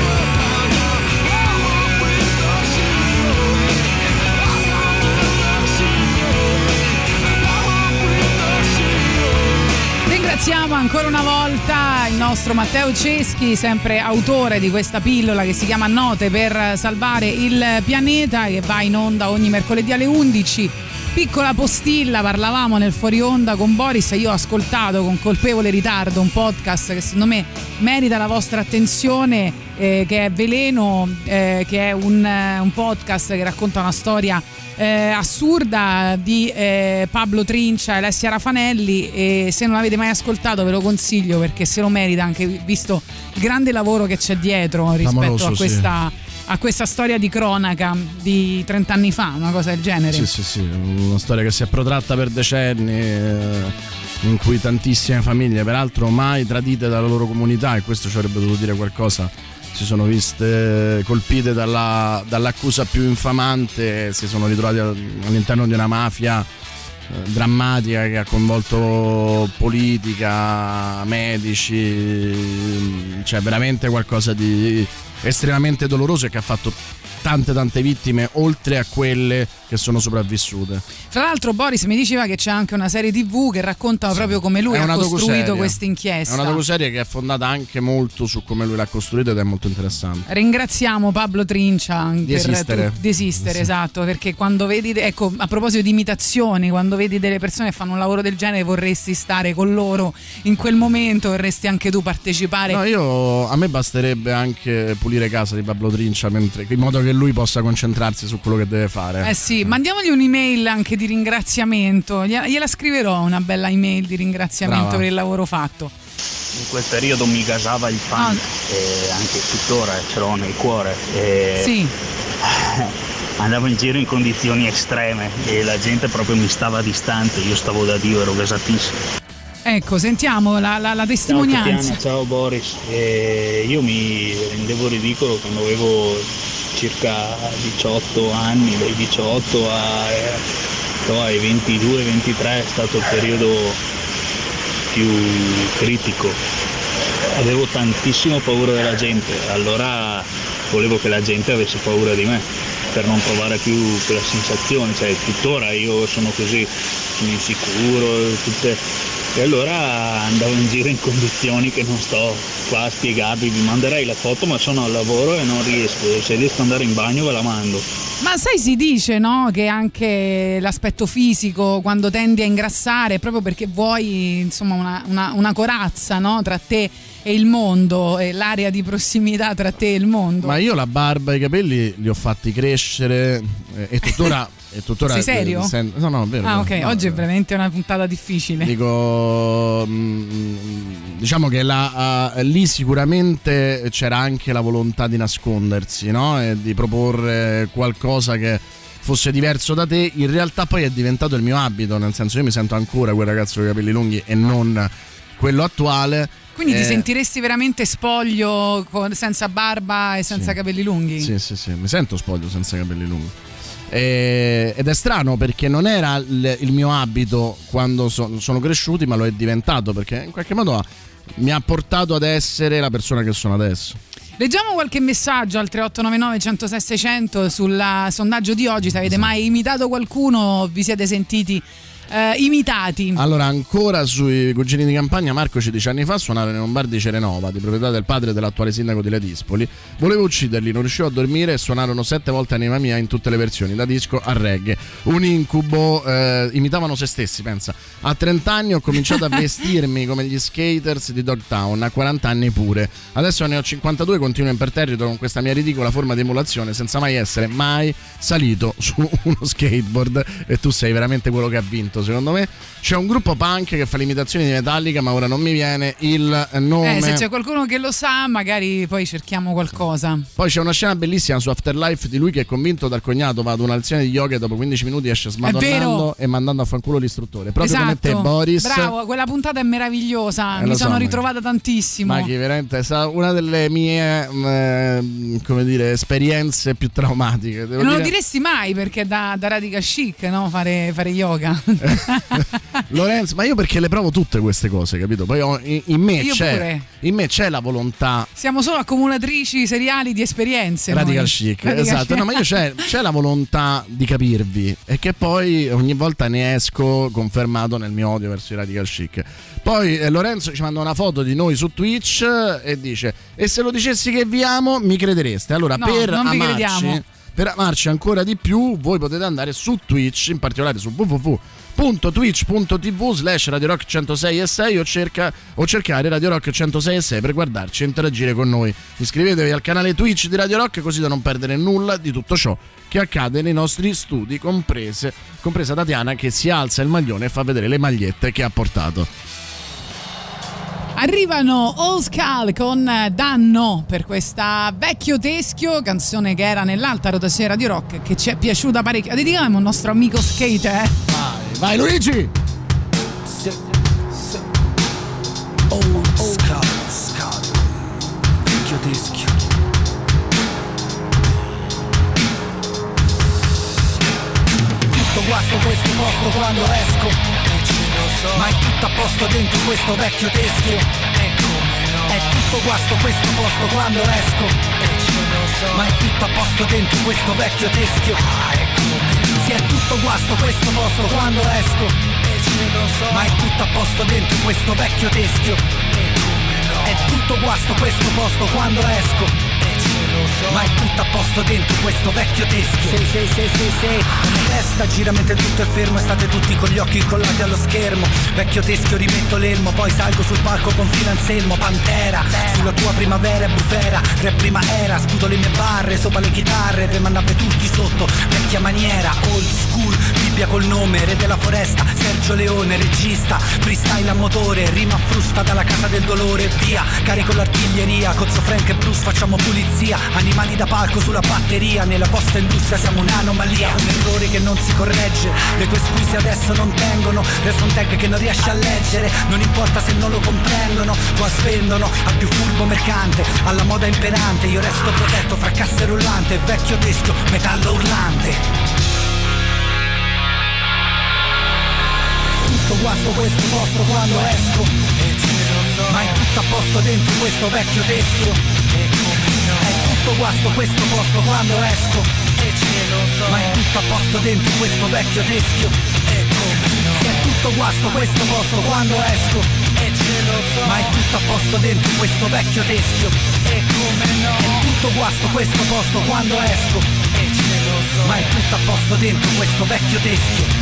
now I'm with the shit, lock onto the shit, now I'm with the shit. Ringraziamo ancora una volta il nostro Matteo Ceschi, sempre autore di questa pillola che si chiama Note per salvare il pianeta, che va in onda ogni mercoledì alle 11 Piccola postilla, parlavamo nel fuori onda con Boris, io ho ascoltato con colpevole ritardo un podcast che secondo me merita la vostra attenzione, che è Veleno, che è un podcast che racconta una storia assurda di Pablo Trincia e Alessia Rafanelli, e se non l'avete mai ascoltato ve lo consiglio perché se lo merita, anche visto il grande lavoro che c'è dietro rispetto a questa storia di cronaca di 30 anni fa, una cosa del genere. Sì, una storia che si è protratta per decenni, in cui tantissime famiglie, peraltro mai tradite dalla loro comunità, e questo ci avrebbe dovuto dire qualcosa, si sono viste colpite dall'accusa più infamante, si sono ritrovati all'interno di una mafia drammatica che ha coinvolto politica, medici, cioè veramente qualcosa di estremamente doloroso e che ha fatto tante vittime oltre a quelle che sono sopravvissute. Tra l'altro Boris mi diceva che c'è anche una serie TV che racconta proprio come lui ha costruito questa inchiesta. È una docuserie che è fondata anche molto su come lui l'ha costruito ed è molto interessante. Ringraziamo Pablo Trincia di esistere, esatto, perché quando vedi, ecco, a proposito di imitazioni, quando vedi delle persone che fanno un lavoro del genere vorresti stare con loro in quel momento, vorresti anche tu partecipare. No, a me basterebbe anche pulire casa di Pablo Trincia, in modo che lui possa concentrarsi su quello che deve fare. Sì, mandiamogli un'email anche di ringraziamento, gliela scriverò una bella email di ringraziamento. Brava. Per il lavoro fatto. In quel periodo mi gasava il fan, e anche tuttora ce l'ho nel cuore. Sì. Andavo in giro in condizioni estreme e la gente proprio mi stava distante, io stavo da Dio, ero gasatissimo. Ecco, sentiamo la testimonianza. Ciao Tatiana, ciao Boris. Io mi rendevo ridicolo quando avevo circa 18 anni, dai 18 ai 22-23 è stato il periodo più critico. Avevo tantissimo paura della gente, allora volevo che la gente avesse paura di me per non provare più quella sensazione, cioè tuttora io sono così, sono insicuro, e allora andavo in giro in condizioni che non sto qua a spiegarvi, vi manderei la foto ma sono al lavoro e non riesco, se riesco ad andare in bagno ve la mando. Ma sai, si dice, no, che anche l'aspetto fisico, quando tendi a ingrassare, è proprio perché vuoi, insomma, una corazza, no, tra te e il mondo, e l'area di prossimità tra te e il mondo. Ma io la barba e i capelli li ho fatti crescere e tuttora sei serio? No, è vero. Ah, ok, no, oggi è veramente una puntata difficile. Dico, diciamo che lì sicuramente c'era anche la volontà di nascondersi, no? E di proporre qualcosa che fosse diverso da te. In realtà poi è diventato il mio abito, nel senso, io mi sento ancora quel ragazzo con i capelli lunghi e non quello attuale. Quindi ti sentiresti veramente spoglio senza barba e senza capelli lunghi? Sì, mi sento spoglio senza capelli lunghi. Ed è strano perché non era il mio abito quando sono cresciuti, ma lo è diventato, perché in qualche modo mi ha portato ad essere la persona che sono adesso. Leggiamo qualche messaggio al 3899 106 600 sul sondaggio di oggi. Se avete mai imitato qualcuno, vi siete sentiti imitati. Allora, ancora sui cugini di campagna, Marco ci dice: anni fa suonare in un bar di Cerenova, di proprietà del padre dell'attuale sindaco di Ladispoli. Volevo ucciderli, non riuscivo a dormire e suonarono 7 volte Anima Mia in tutte le versioni, da disco a reggae. Un incubo, imitavano se stessi, pensa. A 30 anni ho cominciato a vestirmi come gli skaters di Dogtown, a 40 anni pure. Adesso ne ho 52, continuo imperterrito con questa mia ridicola forma di emulazione senza mai essere salito su uno skateboard, e tu sei veramente quello che ha vinto. Secondo me c'è un gruppo punk che fa l'imitazione di Metallica, ma ora non mi viene il nome. Se c'è qualcuno che lo sa, magari poi cerchiamo qualcosa. Poi c'è una scena bellissima su Afterlife di lui che è convinto dal cognato va ad una lezione di yoga e dopo 15 minuti esce smadonnando e mandando a fanculo l'istruttore. Proprio come te, Boris. Bravo, quella puntata è meravigliosa, mi sono ritrovata tantissimo. Ma che veramente è stata una delle mie come dire, esperienze più traumatiche. Non lo diresti mai, perché da radical chic, no? Fare yoga. Lorenzo, ma io perché le provo tutte queste cose, capito? Poi in me c'è la volontà. Siamo solo accumulatrici seriali di esperienze. Radical chic, esatto. No, ma io c'è la volontà di capirvi, e che poi ogni volta ne esco confermato nel mio odio verso i radical chic. Poi Lorenzo ci manda una foto di noi su Twitch e dice: e se lo dicessi che vi amo mi credereste? Allora, no, Per amarci ancora di più voi potete andare su Twitch, in particolare su www.twitch.tv/Radio Rock 106.6 o cercare Radio Rock 106.6 per guardarci e interagire con noi. Iscrivetevi al canale Twitch di Radio Rock così da non perdere nulla di tutto ciò che accade nei nostri studi, compresa Tatiana che si alza il maglione e fa vedere le magliette che ha portato. Arrivano All Skull con Danno per questa Vecchio Teschio, canzone che era nell'alta rotazione Radio Rock, che ci è piaciuta parecchio. Dedichiamo al nostro amico Skate, Vai Luigi! All Skull, Vecchio Teschio. Tutto guasto questo posto quando esco, ma è tutto a posto dentro questo vecchio teschio. E come no? È tutto guasto questo posto quando esco, ma è tutto a posto dentro questo vecchio teschio. E come no? Sì, è tutto guasto questo posto quando esco, ma è tutto a posto dentro questo vecchio teschio. E come no? È tutto guasto questo posto quando esco, ma è tutto a posto dentro questo vecchio teschio. Sì. La mia testa gira mentre tutto è fermo e state tutti con gli occhi incollati allo schermo. Vecchio teschio, rimetto l'elmo, poi salgo sul palco con filo Anselmo. Pantera, sulla tua primavera e bufera. Rap prima era, sputo le mie barre sopra le chitarre per mandarvi tutti sotto. Vecchia maniera, old school, Bibbia col nome, re della foresta, Sergio Leone, regista, freestyle a motore, rima frusta dalla casa del dolore. Via, carico l'artiglieria, Cozzo Frank e Bruce, facciamo pulizia. Animali da palco sulla batteria, nella vostra industria siamo un'anomalia, un errore che non si corregge. Le tue scuse adesso non tengono, resta un tag che non riesci a leggere. Non importa se non lo comprendono, qua svendono al più furbo mercante, alla moda imperante. Io resto protetto fra casse rullante, vecchio teschio, metallo urlante. Tutto guasto questo posto quando esco, ma è tutto a posto dentro questo vecchio teschio. Tutto guasto questo posto quando esco, ma è tutto a posto dentro questo vecchio teschio. E come no? È tutto guasto questo posto quando esco, ma è tutto a posto dentro questo vecchio teschio. E come no? È tutto guasto questo posto quando esco, ma è tutto a posto dentro questo vecchio teschio.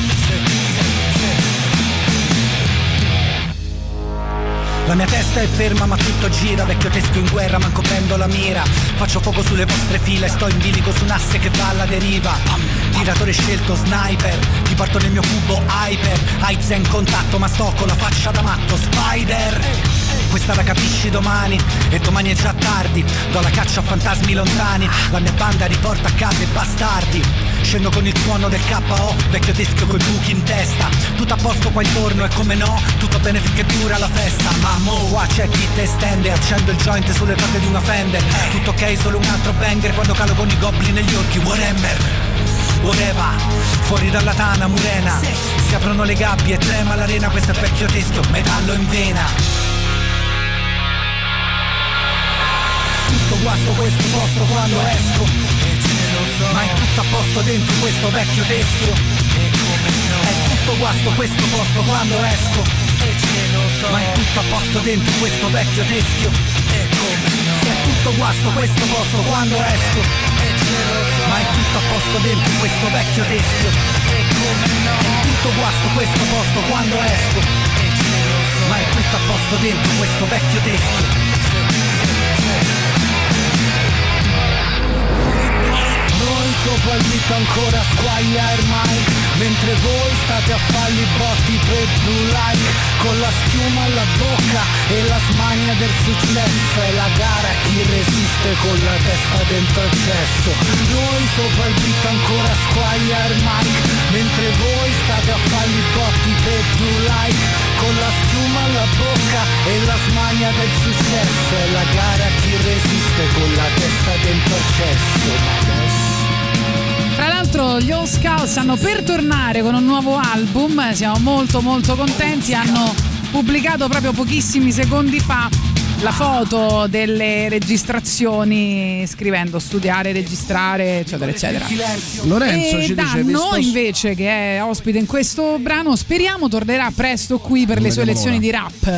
La mia testa è ferma ma tutto gira, vecchio teschio in guerra, manco prendo la mira. Faccio fuoco sulle vostre file, sto in bilico su un asse che va alla deriva. Tiratore scelto, sniper, ti porto nel mio cubo hyper. Aizen in contatto ma sto con la faccia da matto, Spider. Questa la capisci domani, e domani è già tardi. Do la caccia a fantasmi lontani, la mia banda riporta a casa i bastardi. Scendo con il suono del KO, vecchio teschio coi buchi in testa. Tutto a posto qua intorno e come no, tutto bene finché dura la festa. Ma mo qua c'è chi te stende, accendo il joint sulle corde di una Fender. Tutto ok, solo un altro banger quando calo con i goblin negli orchi. Whatever, fuori dalla tana murena, si aprono le gabbie e trema l'arena. Questo è vecchio teschio, metallo in vena. Tutto guasto questo posto quando esco, ma è tutto a posto dentro questo vecchio teschio. È tutto guasto questo posto quando esco, ma è tutto a posto dentro questo vecchio teschio. È tutto guasto questo posto quando esco, ma è tutto a posto dentro questo vecchio teschio. È tutto guasto questo posto quando esco, ma è tutto a posto dentro questo vecchio teschio. Sopra il beat ancora squaglia ormai, mentre voi state a fargli botti per do like. Con la schiuma alla bocca e la smania del successo, è la gara chi resiste con la testa dentro il cesso. Noi sopra il beat ancora squaglia ormai, mentre voi state a fargli botti per do like. Con la schiuma alla bocca e la smania del successo, è la gara chi resiste con la testa dentro il cesso. Fra l'altro gli All Skull stanno per tornare con un nuovo album, siamo molto molto contenti. Hanno pubblicato proprio pochissimi secondi fa la foto delle registrazioni, scrivendo studiare, registrare, eccetera eccetera. Lorenzo ci dice, Danno invece, che è ospite in questo brano, speriamo tornerà presto qui per le sue lezioni di rap.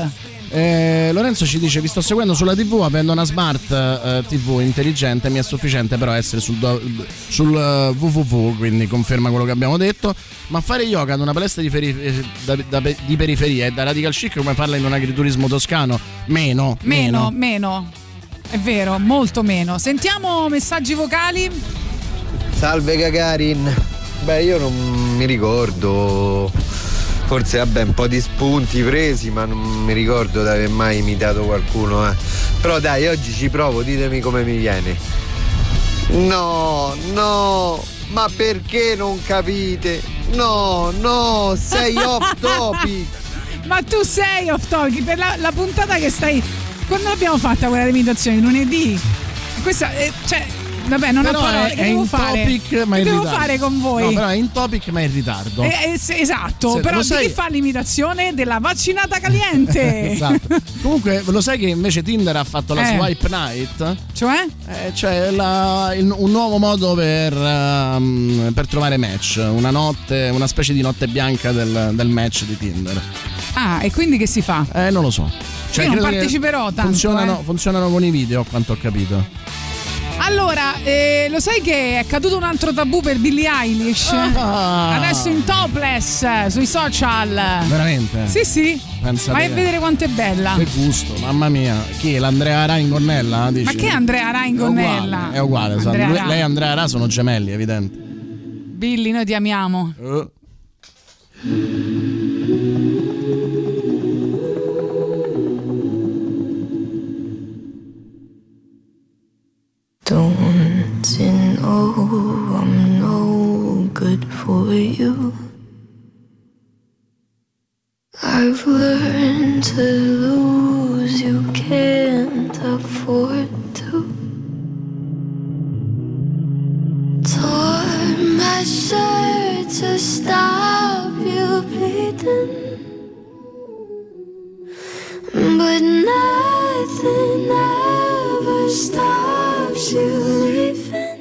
Lorenzo ci dice: vi sto seguendo sulla TV, avendo una smart TV intelligente mi è sufficiente però essere sul www, quindi conferma quello che abbiamo detto. Ma fare yoga ad una palestra di periferia e da radical chic come farla in un agriturismo toscano? Meno. È vero, molto meno. Sentiamo messaggi vocali. Salve Gagarin. Beh, io non mi ricordo, forse vabbè un po' di spunti presi, ma non mi ricordo di aver mai imitato qualcuno, Però dai, oggi ci provo, ditemi come mi viene. No, ma perché non capite? No, sei off topic. Ma tu sei off topic per la puntata che stai. Quando l'abbiamo fatta quella imitazione? Lunedì? Questa vabbè, non però ho parole, che devo fare? Topic, ma che devo ritardo. Fare con voi? No, però è in topic ma in ritardo. Esatto, Se, però di chi fa l'imitazione della vaccinata caliente? Esatto. Comunque, lo sai che invece Tinder ha fatto la swipe night? Cioè? C'è un nuovo modo per trovare match, una specie di notte bianca del match di Tinder. Ah, e quindi che si fa? Non lo so. Io non parteciperò tanto. Funzionano con i video, a quanto ho capito. Allora, lo sai che è caduto un altro tabù per Billie Eilish? Adesso in topless sui social. Veramente? Sì. Vai a vedere quanto è bella. Che gusto, mamma mia. Chi è l'Andrea Ra in gonnella? Dici? Ma che Andrea Ra in gonnella? È uguale. Lei e Andrea Ra sono gemelli, evidente. Billie, noi ti amiamo. Don't you know I'm no good for you? I've learned to lose, you can't afford to. Tore my shirt to stop you bleeding, but nothing ever stops you leaving.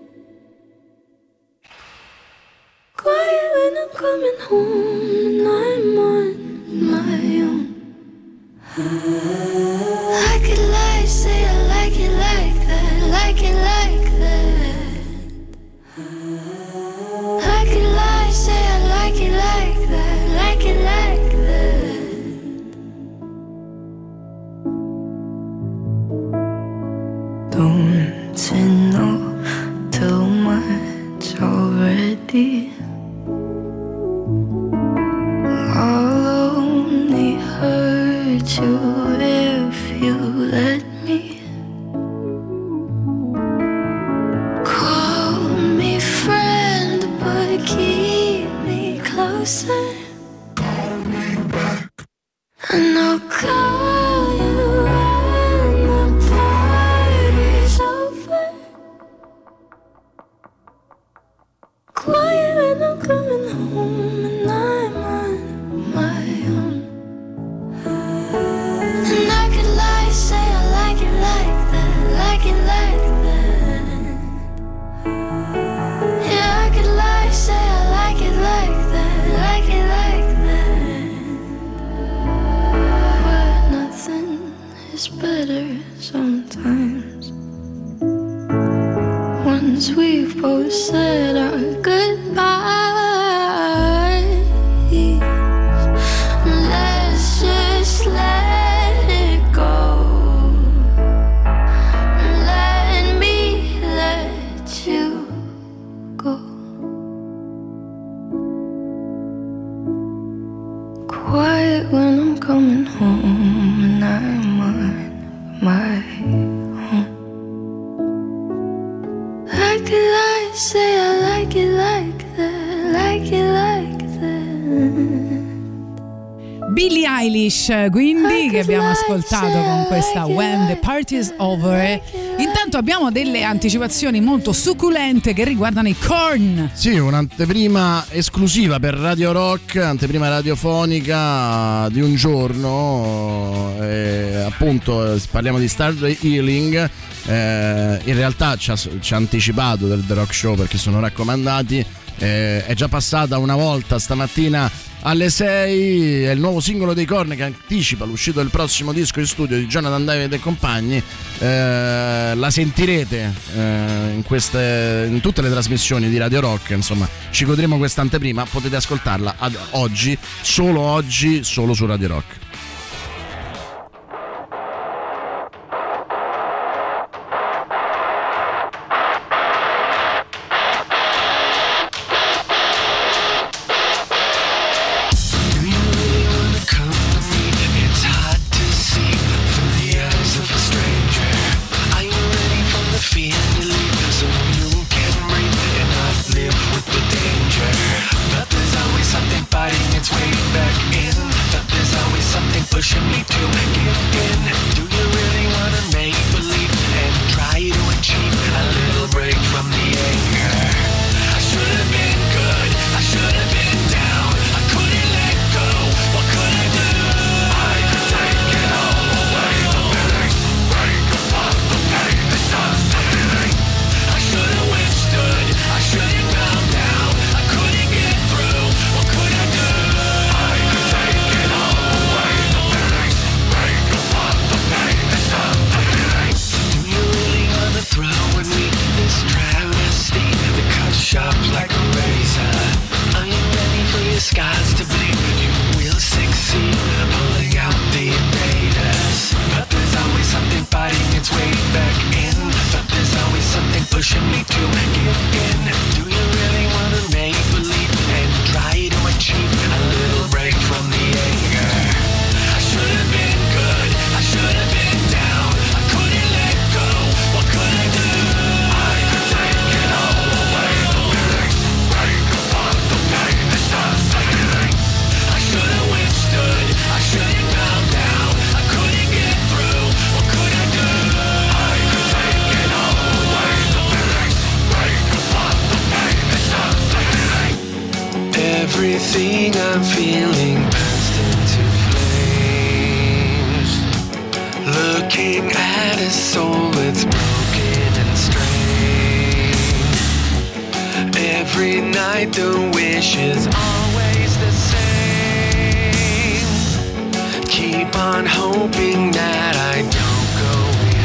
Quiet when I'm coming home and I'm on my own. I could lie, say I like it like that, like it like that. I could lie, say I like it like that, like it like that. Don't you know too much already? I'll only hurt you if you let me. Call me friend, but keep me closer. And I'll call you when the party's over. Quiet when I'm coming home and I'm on my own. And I could lie, say I like it like that, like it like that. Yeah, I could lie, say I like it like that, like it like that. But nothing is better sometimes. Once we've both said our goodbyes, let's just let it go. Let me let you go. Quiet when I'm coming home and I'm on my own. I could lie, say I like it like that, like it like that. Billie Eilish, quindi, che abbiamo ascoltato con questa When the Party's Over. Intanto abbiamo delle anticipazioni molto succulente che riguardano i Korn. Sì, un'anteprima esclusiva per Radio Rock, anteprima radiofonica di un giorno, appunto parliamo di Star Healing. In realtà ci ha anticipato del The Rock Show perché sono raccomandati. È già passata una volta stamattina alle 6 è il nuovo singolo dei Korn che anticipa l'uscita del prossimo disco in studio di Jonathan David e compagni. La sentirete in tutte le trasmissioni di Radio Rock, insomma ci godremo questa anteprima, potete ascoltarla oggi, solo su Radio Rock. Pushing me to give in. Do you really wanna make believe and try to achieve a little break from the anger? I should have been good, I should have been down, I couldn't let go, what could I do? I could take it all away, the feelings break apart, the pain is unending. I should have withstood, I should have calmed down, I couldn't get through, what could I do? I could take it all away. Throwing me this travesty that cuts sharp like a razor. Are you ready for your scars to bleed? You will succeed, pulling out the invaders. But there's always something fighting its way back in. But there's always something pushing me to give in. Do you really want to make believe and try to achieve a little break from the anger? I should have been good, I should have been down, I couldn't let go, what could I do? I could take it all away, the feelings break apart, the pain is unending. I should have withstood, I should have calmed down, I couldn't get through, what could I do? I could take it all away, the feelings break apart, the pain is unending. Everything I'm feeling burst into flames. Looking at a soul that's broken and strange. Every night the wish is always the same. Keep on hoping that I don't go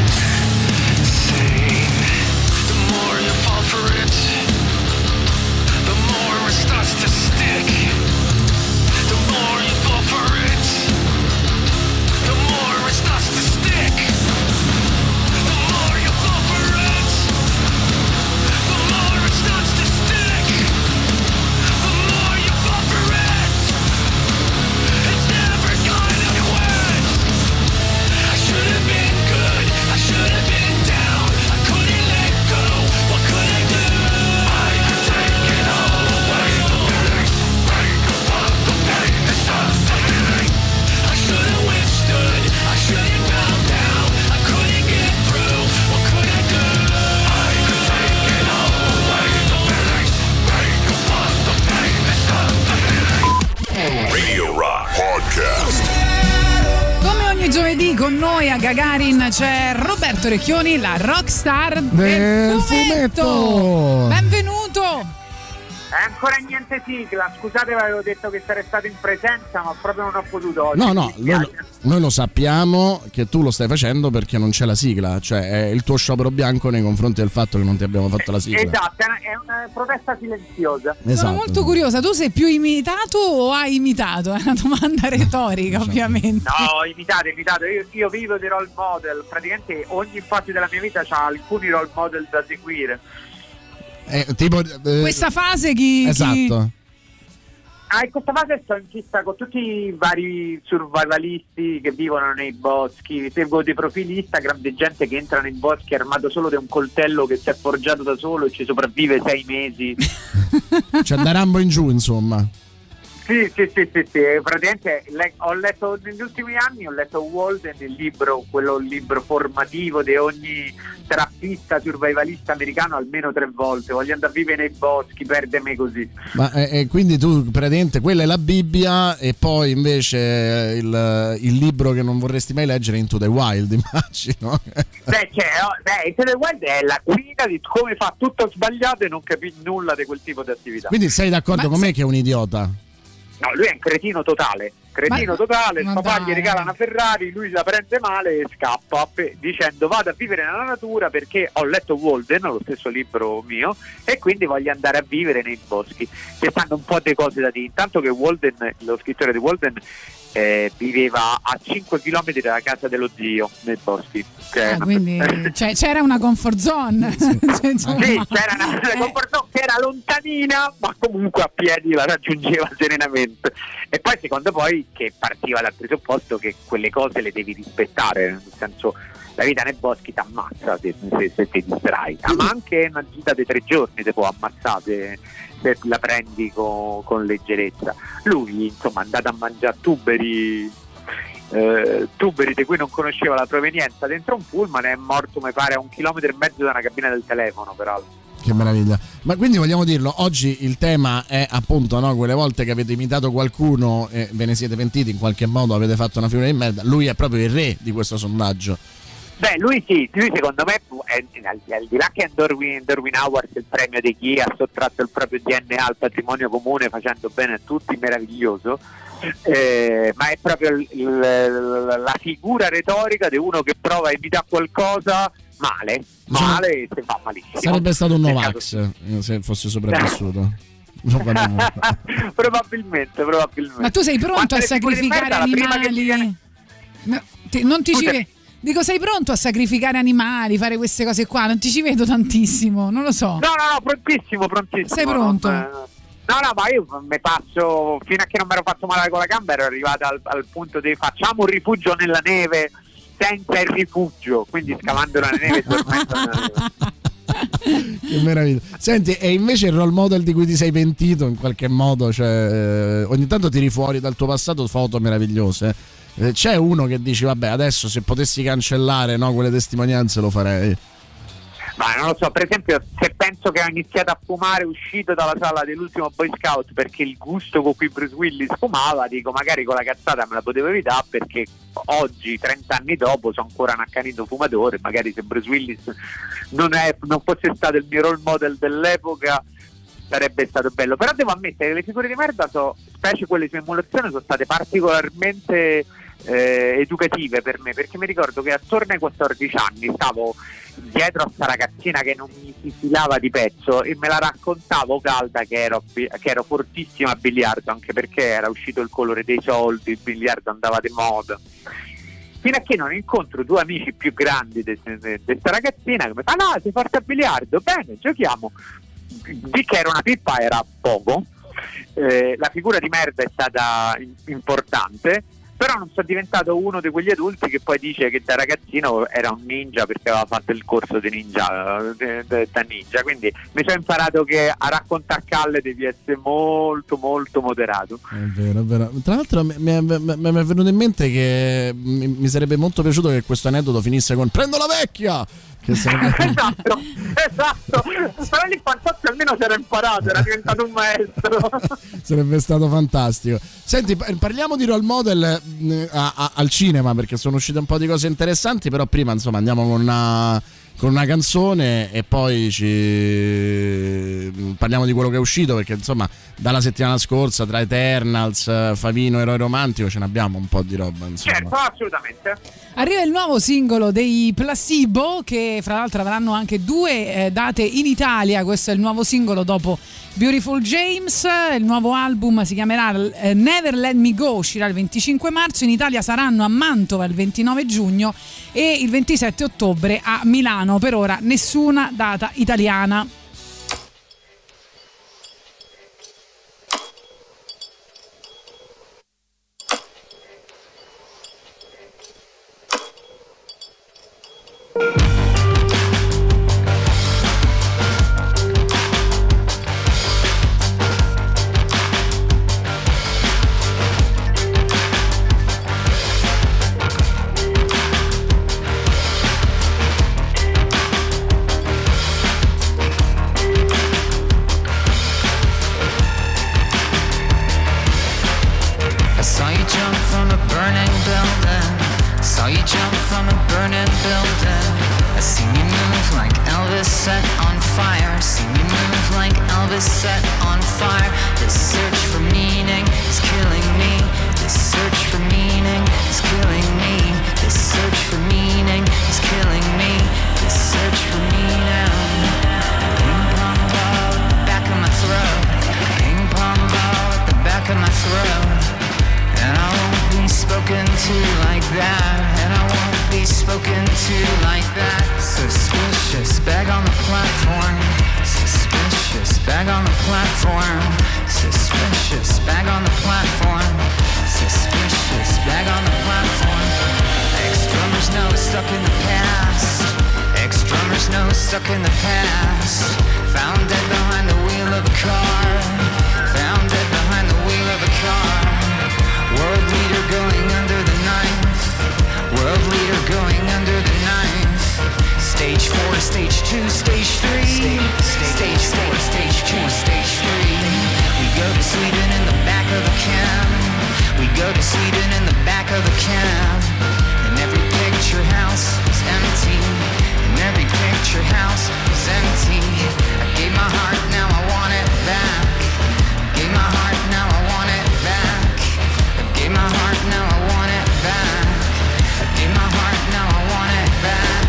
insane. The more you fall for it, the more it starts to stick. The more you fall for it, the more it starts to stick. The more you fall for it, the more it starts to stick. The more you fall for it, it's never gonna quit. I should have been good, I should have been down, I couldn't let go, what could I do? I could take it all away, the feelings break apart, the pain is unending. I should have withstood, I should have calmed down, I couldn't get through, what could I do? I could take it all away, the feelings break apart, the pain is unending. Radio Rock Podcast. Come ogni giovedì con noi a Gagarin c'è Roberto Recchioni, la rockstar del fumetto. Benvenuto. Ancora niente sigla, scusate, avevo detto che sarei stato in presenza, ma proprio non ho potuto oggi. No, noi lo sappiamo che tu lo stai facendo perché non c'è la sigla, cioè è il tuo sciopero bianco nei confronti del fatto che non ti abbiamo fatto la sigla. Esatto, è una protesta silenziosa. Esatto. Sono molto curiosa, tu sei più imitato o hai imitato? È una domanda retorica, ovviamente. No, imitato. Io vivo di role model, praticamente ogni fase della mia vita ha alcuni role model da seguire. Questa fase chi... Esatto. In questa fase sto in fissa con tutti i vari survivalisti che vivono nei boschi. Seguo dei profili Instagram di gente che entra nei boschi armato solo di un coltello che si è forgiato da solo e ci sopravvive 6 mesi. Cioè da Rambo in giù, insomma. Sì. Praticamente ho letto negli ultimi anni, ho letto Walden, il libro formativo di ogni trappista survivalista americano almeno 3 volte. Voglio andare a vivere nei boschi, perdeme così. Ma quindi tu praticamente quella è la Bibbia e poi invece il libro che non vorresti mai leggere è Into the Wild, immagino. Into the Wild è la guida di come fa tutto sbagliato e non capire nulla di quel tipo di attività. Quindi sei d'accordo con me che è un idiota? No, lui è un cretino totale, suo papà gli regala una Ferrari, lui la prende male e scappa dicendo vado a vivere nella natura perché ho letto Walden, lo stesso libro mio, e quindi voglio andare a vivere nei boschi. Ci stanno un po' di cose da dire, intanto che Walden, lo scrittore di Walden, viveva a 5 km dalla casa dello zio nei boschi. Quindi c'era una comfort zone. Sì, c'era una comfort zone che era lontanina, ma comunque a piedi la raggiungeva serenamente. E poi secondo poi che partiva dal presupposto che quelle cose le devi rispettare, nel senso la vita nei boschi ti ammazza se ti distrai, ma anche una gita di 3 giorni ti può ammazzare se la prendi con leggerezza. Lui insomma è andato a mangiare tuberi di cui non conosceva la provenienza dentro un pullman, è morto mi pare a 1,5 chilometri da una cabina del telefono, peraltro. Che meraviglia. Ma quindi vogliamo dirlo, oggi il tema è appunto, no, quelle volte che avete imitato qualcuno e ve ne siete pentiti, in qualche modo avete fatto una figura di merda. Lui è proprio il re di questo sondaggio. Beh, lui secondo me al di là che a Darwin Awards il premio di chi ha sottratto il proprio DNA al patrimonio comune facendo bene a tutti, meraviglioso, ma è proprio la figura retorica di uno che prova a imitare qualcosa male e se va malissimo. Sarebbe stato un Novax se fosse sopravvissuto. Probabilmente. Ma tu sei pronto a sacrificare animali? Non ti ci vedo. Dico, sei pronto a sacrificare animali, fare queste cose qua? Non ti ci vedo tantissimo, non lo so. No, prontissimo. Sei pronto? No, ma io mi passo, fino a che non mi ero fatto male con la gamba, ero arrivato al punto di facciamo un rifugio nella neve senza il rifugio, quindi scavando la neve e dormendo nella neve. Che meraviglia. Senti, e invece il role model di cui ti sei pentito in qualche modo, cioè ogni tanto tiri fuori dal tuo passato foto meravigliose. C'è uno che dici vabbè, adesso se potessi cancellare, no, quelle testimonianze lo farei? Ma non lo so, per esempio se penso che ho iniziato a fumare uscito dalla sala dell'ultimo Boy Scout perché il gusto con cui Bruce Willis fumava, dico magari con la cazzata me la potevo evitare, perché oggi 30 anni dopo sono ancora un accanito fumatore. Magari se Bruce Willis non fosse stato il mio role model dell'epoca sarebbe stato bello. Però devo ammettere che le figure di merda, specie quelle su emulazione, sono state particolarmente educative per me, perché mi ricordo che attorno ai 14 anni stavo dietro a sta ragazzina che non mi si filava di pezzo e me la raccontavo calda che ero fortissima a biliardo, anche perché era uscito il colore dei soldi, il biliardo andava di moda, fino a che non incontro 2 amici più grandi di questa ragazzina che mi fa no, sei forte a biliardo, bene, giochiamo. Di che era una pippa era poco, la figura di merda è stata importante, però non sono diventato uno di quegli adulti che poi dice che da ragazzino era un ninja perché aveva fatto il corso di ninja, da ninja, quindi mi sono imparato che a raccontare calle devi essere molto molto moderato. È vero. Tra l'altro mi è venuto in mente che mi sarebbe molto piaciuto che questo aneddoto finisse con prendo la vecchia! Che esatto, però lì Fantozzi almeno si era imparato, era diventato un maestro. Sarebbe stato fantastico. Senti, parliamo di role model al cinema, perché sono uscite un po' di cose interessanti, però prima insomma andiamo con una canzone e poi parliamo di quello che è uscito, perché insomma dalla settimana scorsa tra Eternals, Favino, Eroe Romantico ce ne abbiamo un po' di roba, insomma. Certo, assolutamente. Arriva il nuovo singolo dei Placebo, che fra l'altro avranno anche 2 date in Italia. Questo è il nuovo singolo dopo Beautiful James. Il nuovo album si chiamerà Never Let Me Go, uscirà il 25 marzo. In Italia saranno a Mantova il 29 giugno e il 27 ottobre a Milano. Per ora nessuna data italiana. I saw you jump from a burning building. Saw you jump from a burning building. I seen you move like Elvis set on fire. Seen you move like Elvis set on fire. This search for meaning is killing me. This search for meaning is killing me. This search for meaning is killing me. This search for meaning. Ping pong ball at the back of my throat. Ping pong ball at the back of my throat. And I won't be spoken to like that. And I won't be spoken to like that. Suspicious bag on the platform. Suspicious bag on the platform. Suspicious bag on the platform. Suspicious bag on the platform. Ex-drummers know stuck in the past. Ex-drummers know stuck in the past. Found dead behind the wheel of a car. Found dead behind the wheel of a car. World leader going under the knife. World leader going under the knife. Stage 4, stage 2, stage 3. Stage 4, stage 2, stage 3. We go to Sweden in the back of a cab. We go to Sweden in the back of a cab. And every picture house is empty. And every picture house is empty. I gave my heart, now I want it back. Gave my heart, now I want it back. Gave my heart, now I want it back. I gave my heart, now I want it back.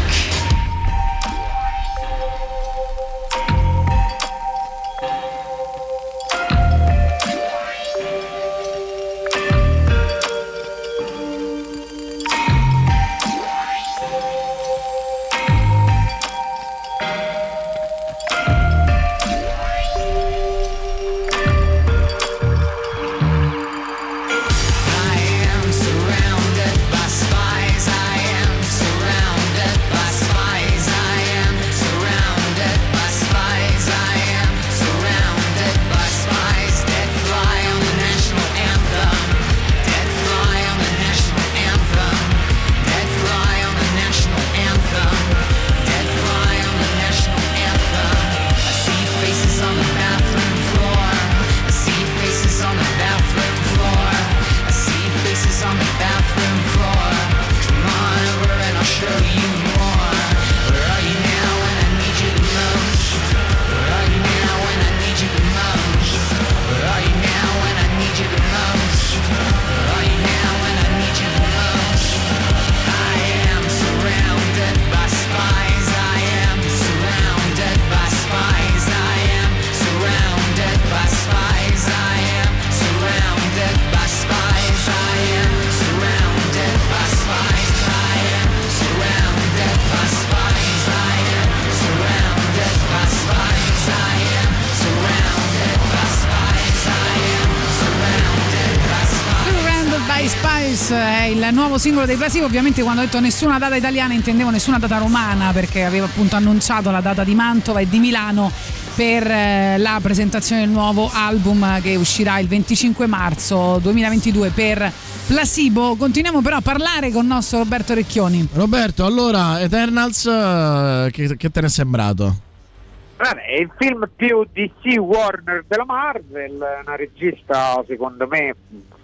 È il nuovo singolo dei Placebo. Ovviamente quando ho detto nessuna data italiana intendevo nessuna data romana, perché aveva appunto annunciato la data di Mantova e di Milano per la presentazione del nuovo album che uscirà il 25 marzo 2022 per Placebo. Continuiamo però a parlare con il nostro Roberto Recchioni. Roberto, allora Eternals, che te ne è sembrato? Vabbè, è il film più DC Warner della Marvel, una regista secondo me,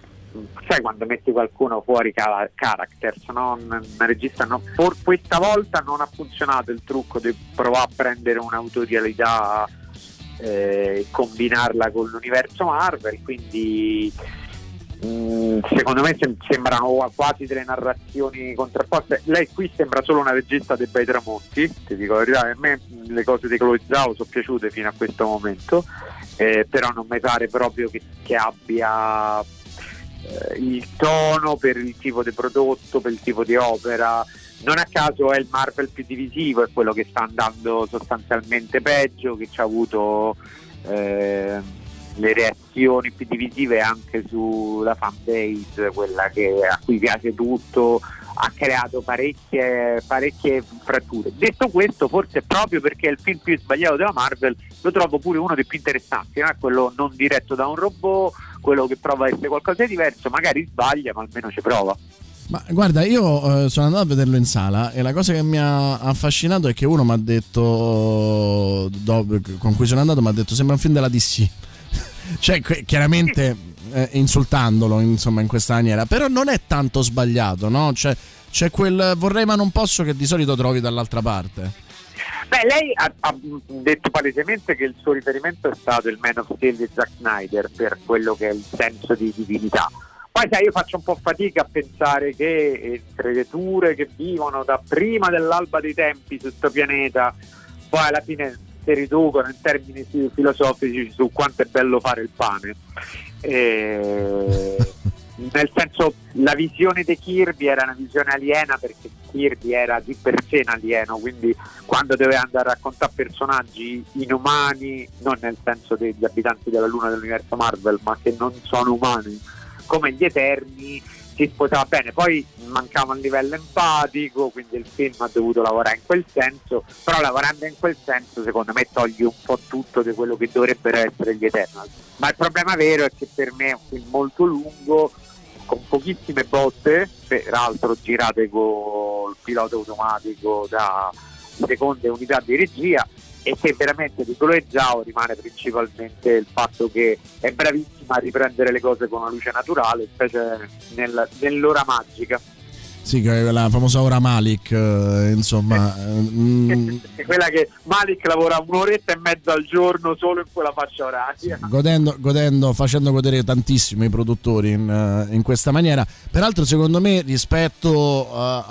sai quando metti qualcuno fuori characters, no? Una regista questa volta non ha funzionato il trucco di provare a prendere un'autorialità e combinarla con l'universo Marvel, quindi secondo me sembrano quasi delle narrazioni contrapposte. Lei qui sembra solo una regista dei bei tramonti, ti dico la verità. A me le cose di Chloe Zhao sono piaciute fino a questo momento, però non mi pare proprio che abbia il tono per il tipo di prodotto, per il tipo di opera. Non a caso è il Marvel più divisivo, è quello che sta andando sostanzialmente peggio, che ci ha avuto le reazioni più divisive anche sulla fanbase, quella a cui piace tutto, ha creato parecchie fratture. Detto questo, forse proprio perché è il film più sbagliato della Marvel, lo trovo pure uno dei più interessanti, no? Quello non diretto da un robot, quello che prova a essere qualcosa di diverso, magari sbaglia ma almeno ci prova. Ma guarda, io sono andato a vederlo in sala e la cosa che mi ha affascinato è che uno mi ha detto, con cui sono andato, mi ha detto sembra un film della DC. Cioè insultandolo insomma in questa maniera, però non è tanto sbagliato, no? Cioè c'è quel vorrei ma non posso che di solito trovi dall'altra parte. Beh, lei ha detto palesemente che il suo riferimento è stato il Man of Steel di Zack Snyder per quello che è il senso di divinità. Poi sai, io faccio un po' fatica a pensare che creature che vivono da prima dell'alba dei tempi su questo pianeta poi alla fine si riducono in termini filosofici su quanto è bello fare il pane. Nel senso, la visione di Kirby era una visione aliena, perché Kirby era di per sé un alieno, quindi quando doveva andare a raccontare personaggi inumani, non nel senso degli abitanti della luna dell'universo Marvel, ma che non sono umani, come gli Eterni, si sposava bene. Poi mancava un livello empatico, quindi il film ha dovuto lavorare in quel senso, però lavorando in quel senso secondo me togli un po' tutto di quello che dovrebbero essere gli Eternals. Ma il problema vero è che per me è un film molto lungo, con pochissime botte, peraltro girate col pilota automatico da seconde unità di regia, e che veramente di Chloe Zhao rimane principalmente il fatto che è bravissima a riprendere le cose con una luce naturale, specie nell'ora magica. Sì, che è la famosa ora Malik, insomma. Quella che Malik lavora un'oretta e mezza al giorno solo in quella fascia oraria. Godendo, facendo godere tantissimo i produttori in questa maniera. Peraltro, secondo me, rispetto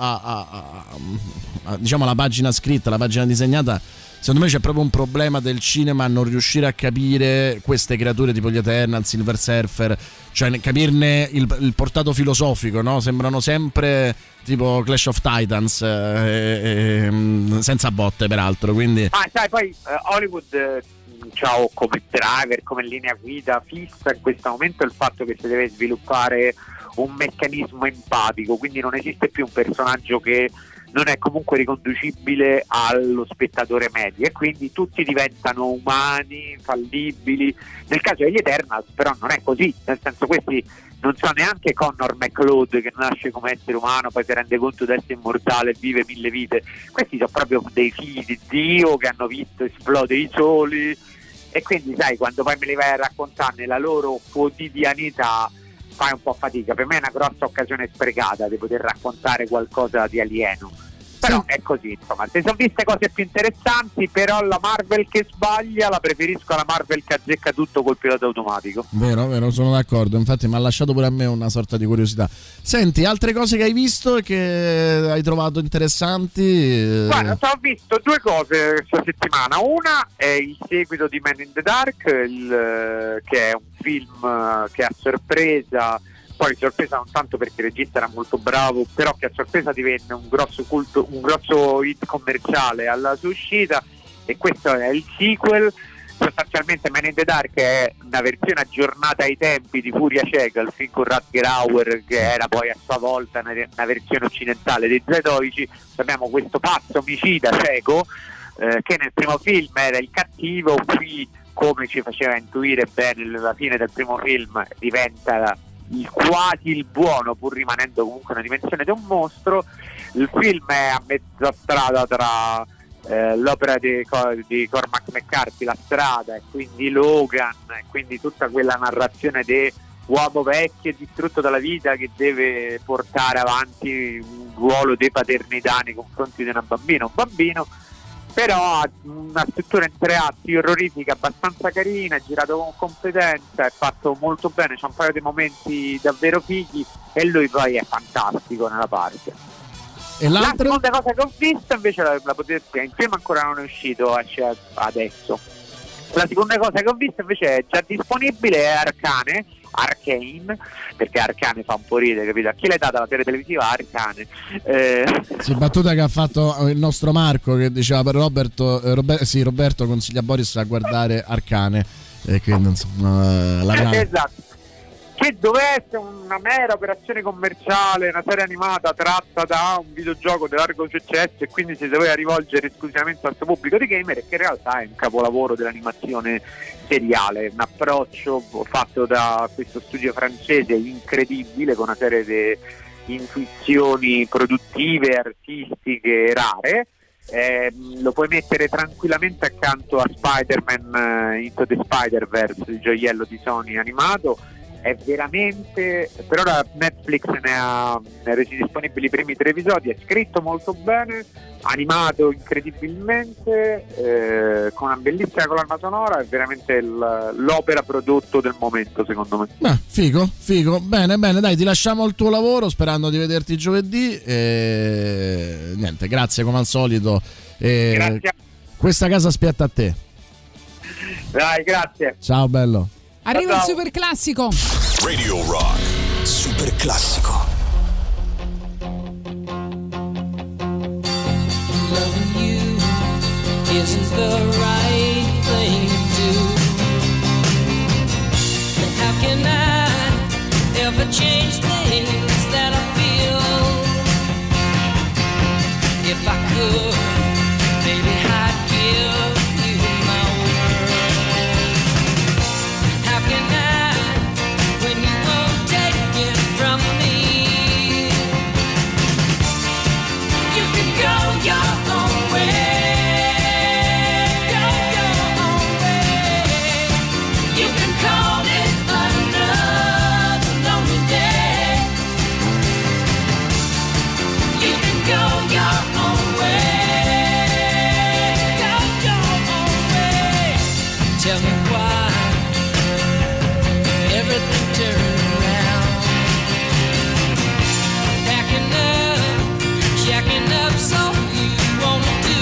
diciamo alla pagina scritta, la pagina disegnata, secondo me c'è proprio un problema del cinema a non riuscire a capire queste creature tipo gli Eternal, Silver Surfer, cioè capirne il portato filosofico, no? Sembrano sempre tipo Clash of Titans, senza botte peraltro, quindi... sai, poi Hollywood c'ha come driver, come linea guida fissa in questo momento il fatto che si deve sviluppare un meccanismo empatico, quindi non esiste più un personaggio che non è comunque riconducibile allo spettatore medio, e quindi tutti diventano umani, fallibili. Nel caso degli Eternals però non è così, nel senso, questi non sono neanche Connor McLeod che nasce come essere umano, poi si rende conto di essere immortale e vive 1000 vite. Questi sono proprio dei figli di Dio che hanno visto esplodere i soli, e quindi sai, quando poi me li vai a raccontare nella loro quotidianità fai un po' fatica. Per me è una grossa occasione sprecata di poter raccontare qualcosa di alieno, però è così, insomma. Si sono viste cose più interessanti, però la Marvel che sbaglia la preferisco alla Marvel che azzecca tutto col pilota automatico. Vero, sono d'accordo, infatti mi ha lasciato pure a me una sorta di curiosità. Senti, altre cose che hai visto e che hai trovato interessanti? Guarda, ho visto due cose questa settimana. Una è il seguito di Man in the Dark, che è un film che a sorpresa, poi sorpresa non tanto perché il regista era molto bravo, però che a sorpresa divenne un grosso hit commerciale alla sua uscita, e questo è il sequel. Sostanzialmente Man in the Dark è una versione aggiornata ai tempi di Furia Cieca, il film con Rutger Hauer, che era poi a sua volta una versione occidentale dei Zoidoici. Abbiamo questo pazzo omicida cieco che nel primo film era il cattivo, qui, come ci faceva intuire bene alla fine del primo film, diventa quasi il buono, pur rimanendo comunque una dimensione di un mostro. Il film è a mezza strada tra l'opera di Cormac McCarthy, La strada, e quindi Logan, e quindi tutta quella narrazione di uomo vecchio e distrutto dalla vita che deve portare avanti un ruolo di paternità nei confronti di un bambino, però ha una struttura in 3 atti orrorifica abbastanza carina, è girato con competenza, è fatto molto bene, c'è un paio di momenti davvero fighi, e lui poi è fantastico nella parte. E la seconda cosa che ho visto invece la potete spiegare, il film ancora non è uscito, esce adesso. La seconda cosa che ho visto invece è già disponibile, è Arcane, perché Arcane fa un po' ridere, capito? A chi l'hai data la serie televisiva Arcane? Sì, battuta che ha fatto il nostro Marco, che diceva per Roberto consiglia a Boris a guardare Arcane, e quindi insomma esatto, che doveva essere una mera operazione commerciale, una serie animata tratta da un videogioco di largo successo, e quindi si doveva rivolgere esclusivamente al suo pubblico di gamer, e che in realtà è un capolavoro dell'animazione seriale, un approccio fatto da questo studio francese incredibile, con una serie di intuizioni produttive, artistiche rare. Lo puoi mettere tranquillamente accanto a Spider-Man Into the Spider-Verse, il gioiello di Sony animato. è veramente, per ora Netflix ne ha resi disponibili i primi 3 episodi, è scritto molto bene, animato incredibilmente, con una bellissima colonna sonora, è veramente l'opera prodotto del momento, secondo me. Figo, bene, dai, ti lasciamo al tuo lavoro sperando di vederti giovedì e niente, grazie come al solito. Grazie. Questa casa aspetta a te. Dai, grazie. Ciao bello. Arriva Ciao. il super classico. Radio Rock. Super classico. Loving you isn't the right thing to do. And how can I ever change things that I feel? If I could, maybe I'd give you my world. How can I, when you won't take it from me? You can go your own way, go your own way. You can call it another lonely day. You can go your own way, go your own way. Tell me why everything turned around. Packing up, jacking up, so you wanna do.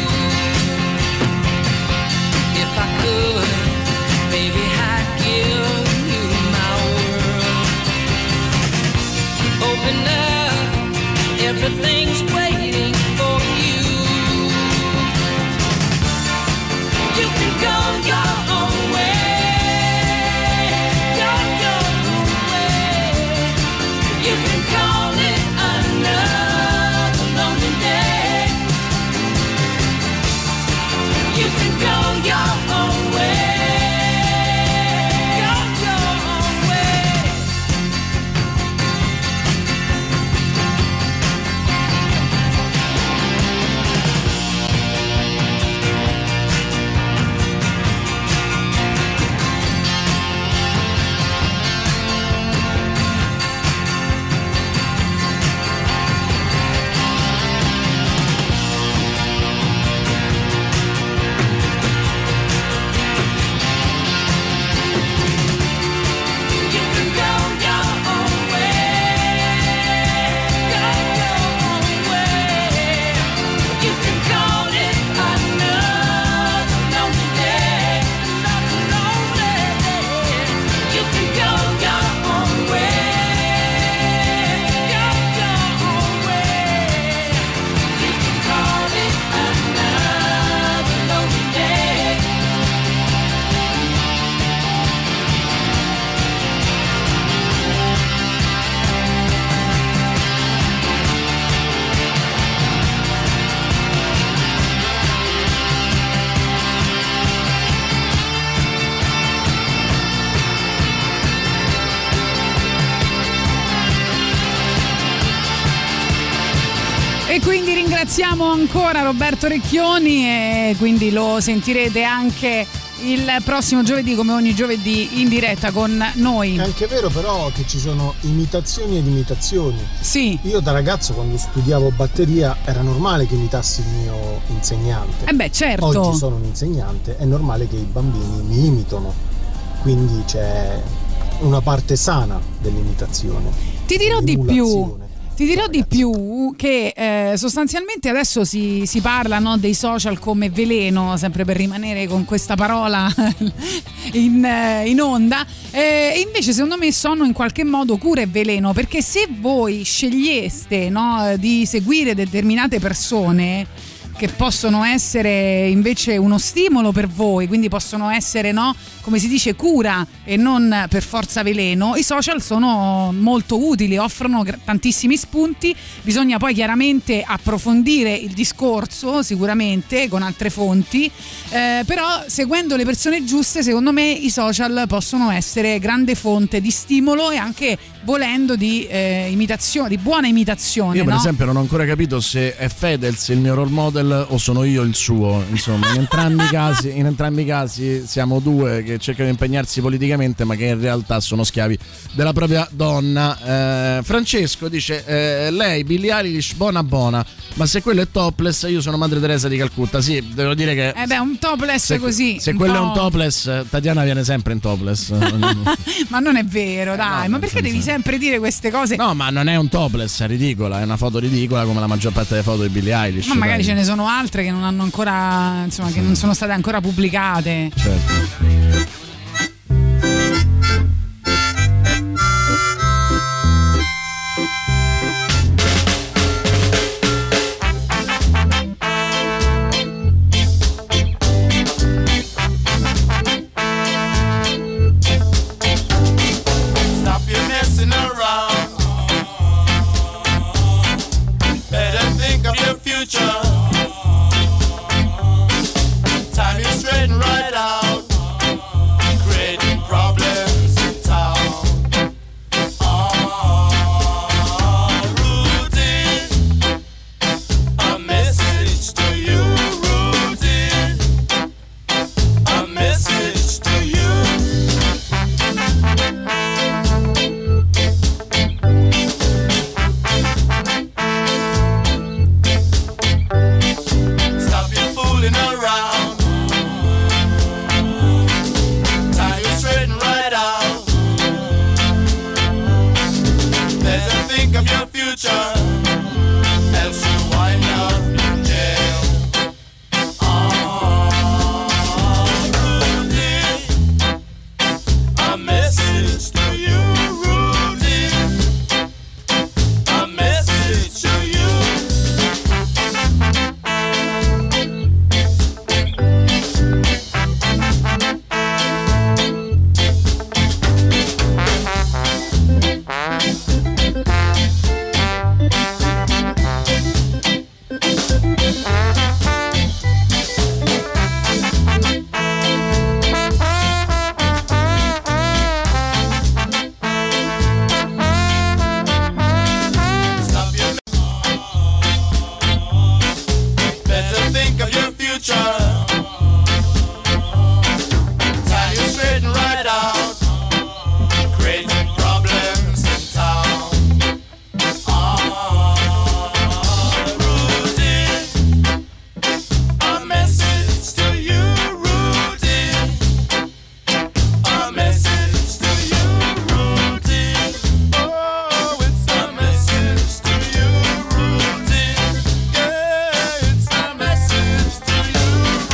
If I could, baby, I'd give you my world. Open up, everything's waiting for you. You can go your own way, go your own way. You can call it another lonely day. You can go your own way, go your own way. You can go your own way, go your own way. You can call it another lonely day, another lonely day. You can go your own way, go your own way. You can call it another lonely day. E quindi ringraziamo ancora Roberto Recchioni e quindi lo sentirete anche il prossimo giovedì, come ogni giovedì, in diretta con noi. È anche vero però che ci sono imitazioni ed imitazioni. Sì. Io da ragazzo quando studiavo batteria era normale che imitassi il mio insegnante. Beh, certo. Oggi sono un insegnante, è normale che i bambini mi imitano. Quindi c'è una parte sana dell'imitazione. Ti dirò di più che sostanzialmente adesso si parla, no, dei social come veleno, sempre per rimanere con questa parola in onda, e invece secondo me sono in qualche modo cura e veleno, perché se voi sceglieste, no, di seguire determinate persone che possono essere invece uno stimolo per voi, quindi possono essere, no, come si dice, cura e non per forza veleno, i social sono molto utili, offrono tantissimi spunti. Bisogna poi chiaramente approfondire il discorso sicuramente con altre fonti, però seguendo le persone giuste secondo me i social possono essere grande fonte di stimolo e anche, volendo, di imitazione, di buona imitazione. Io per no? esempio non ho ancora capito se è Fedez il mio role model Powell o sono io il suo, insomma in entrambi i casi siamo due che cercano di impegnarsi politicamente ma che in realtà sono schiavi della propria donna. Francesco dice lei Billie Eilish buona, ma se quello è topless io sono Madre Teresa di Calcutta. Sì, devo dire che un topless così se quello è un topless, Tatiana viene sempre in topless. Ma non è vero, dai, ma perché devi sempre dire queste cose? No, ma non è un topless, è ridicola, è una foto ridicola come la maggior parte delle foto di Billie Eilish. Ma magari ce ne sono altre che non hanno ancora, insomma, che non sono state ancora pubblicate. Certo. Time is straighten right out, creating problems in town. Routine, a message to you. Routine, a message to you. Stop your fooling around. Time you straighten right out. Better think of your future, else you wind up in jail. Routine, a message to you. Routine, a message to you. Stop your better think of your future. Time you straighten right out, creating problems in town. Routine, a message to you. Routine, a message to you. Routine, oh, it's a message to you. Routine, yeah, it's a message to you.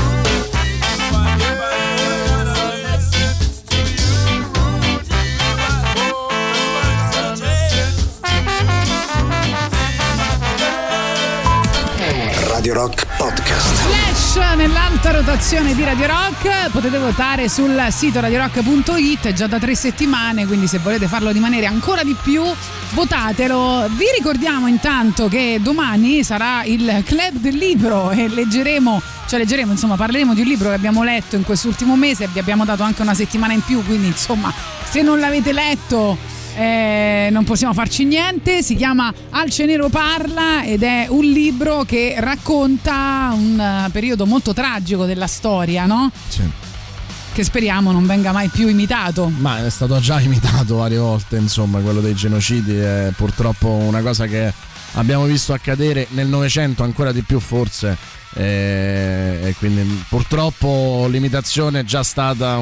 Radio Rock Podcast. Flash nell'alta rotazione di Radio Rock, potete votare sul sito radiorock.it già da 3 settimane, quindi se volete farlo rimanere ancora di più votatelo. Vi ricordiamo intanto che domani sarà il club del libro e leggeremo, insomma parleremo di un libro che abbiamo letto in quest'ultimo mese e vi abbiamo dato anche una settimana in più, quindi insomma se non l'avete letto non possiamo farci niente. Si chiama Alce Nero parla ed è un libro che racconta un periodo molto tragico della storia, no? Sì. Che speriamo non venga mai più imitato. Ma è stato già imitato varie volte, insomma, quello dei genocidi è purtroppo una cosa che abbiamo visto accadere nel Novecento ancora di più forse. E quindi purtroppo l'imitazione è già stata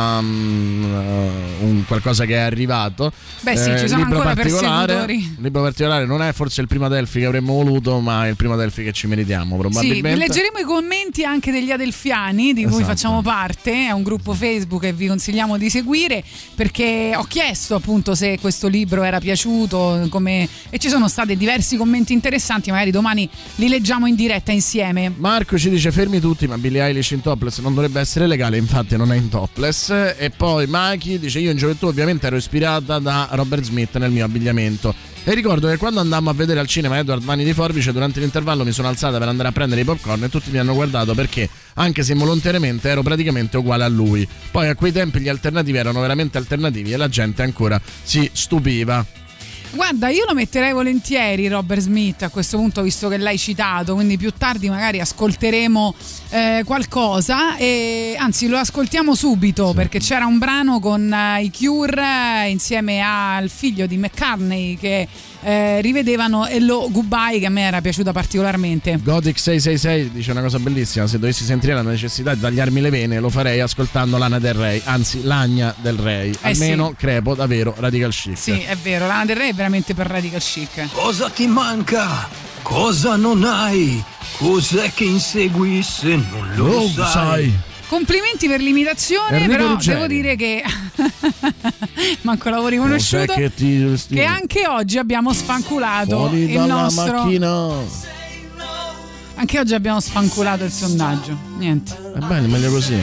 un qualcosa che è arrivato. Beh sì, ci sono ancora persecutori. Il libro particolare non è forse il primo Adelphi che avremmo voluto, ma è il primo Adelphi che ci meritiamo probabilmente. Sì, leggeremo i commenti anche degli Adelfiani di cui facciamo parte. È un gruppo Facebook che vi consigliamo di seguire, perché ho chiesto appunto se questo libro era piaciuto e ci sono stati diversi commenti interessanti. Magari domani li leggiamo in diretta insieme. Marco ci dice fermi tutti, ma Billie Eilish in topless non dovrebbe essere legale, infatti non è in topless. E poi Maki dice io in gioventù ovviamente ero ispirata da Robert Smith nel mio abbigliamento e ricordo che quando andammo a vedere al cinema Edward Mani di Forbice durante l'intervallo mi sono alzata per andare a prendere i popcorn e tutti mi hanno guardato perché anche se involontariamente ero praticamente uguale a lui. Poi a quei tempi gli alternativi erano veramente alternativi e la gente ancora si stupiva. Guarda, io lo metterei volentieri Robert Smith a questo punto, visto che l'hai citato, quindi più tardi magari ascolteremo qualcosa, e anzi lo ascoltiamo subito, perché c'era un brano con i Cure insieme al figlio di McCartney che rivedevano Hello Goodbye, che a me era piaciuta particolarmente. Gothic 666 dice una cosa bellissima: se dovessi sentire la necessità di tagliarmi le vene lo farei ascoltando Lana Del Rey, anzi Lagna Del Rey, almeno sì. Crepo davvero radical chic. Sì, è vero, Lana Del Rey è veramente per radical chic. Cosa ti manca? Cosa non hai? Cos'è che insegui se non lo sai? Complimenti per l'imitazione, Enrico però Ruggeri. devo dire che manco l'avevo riconosciuto, che anche oggi abbiamo sfanculato fuori il dalla nostro macchina. Anche oggi abbiamo sfanculato il sondaggio. Niente. Va bene, meglio così.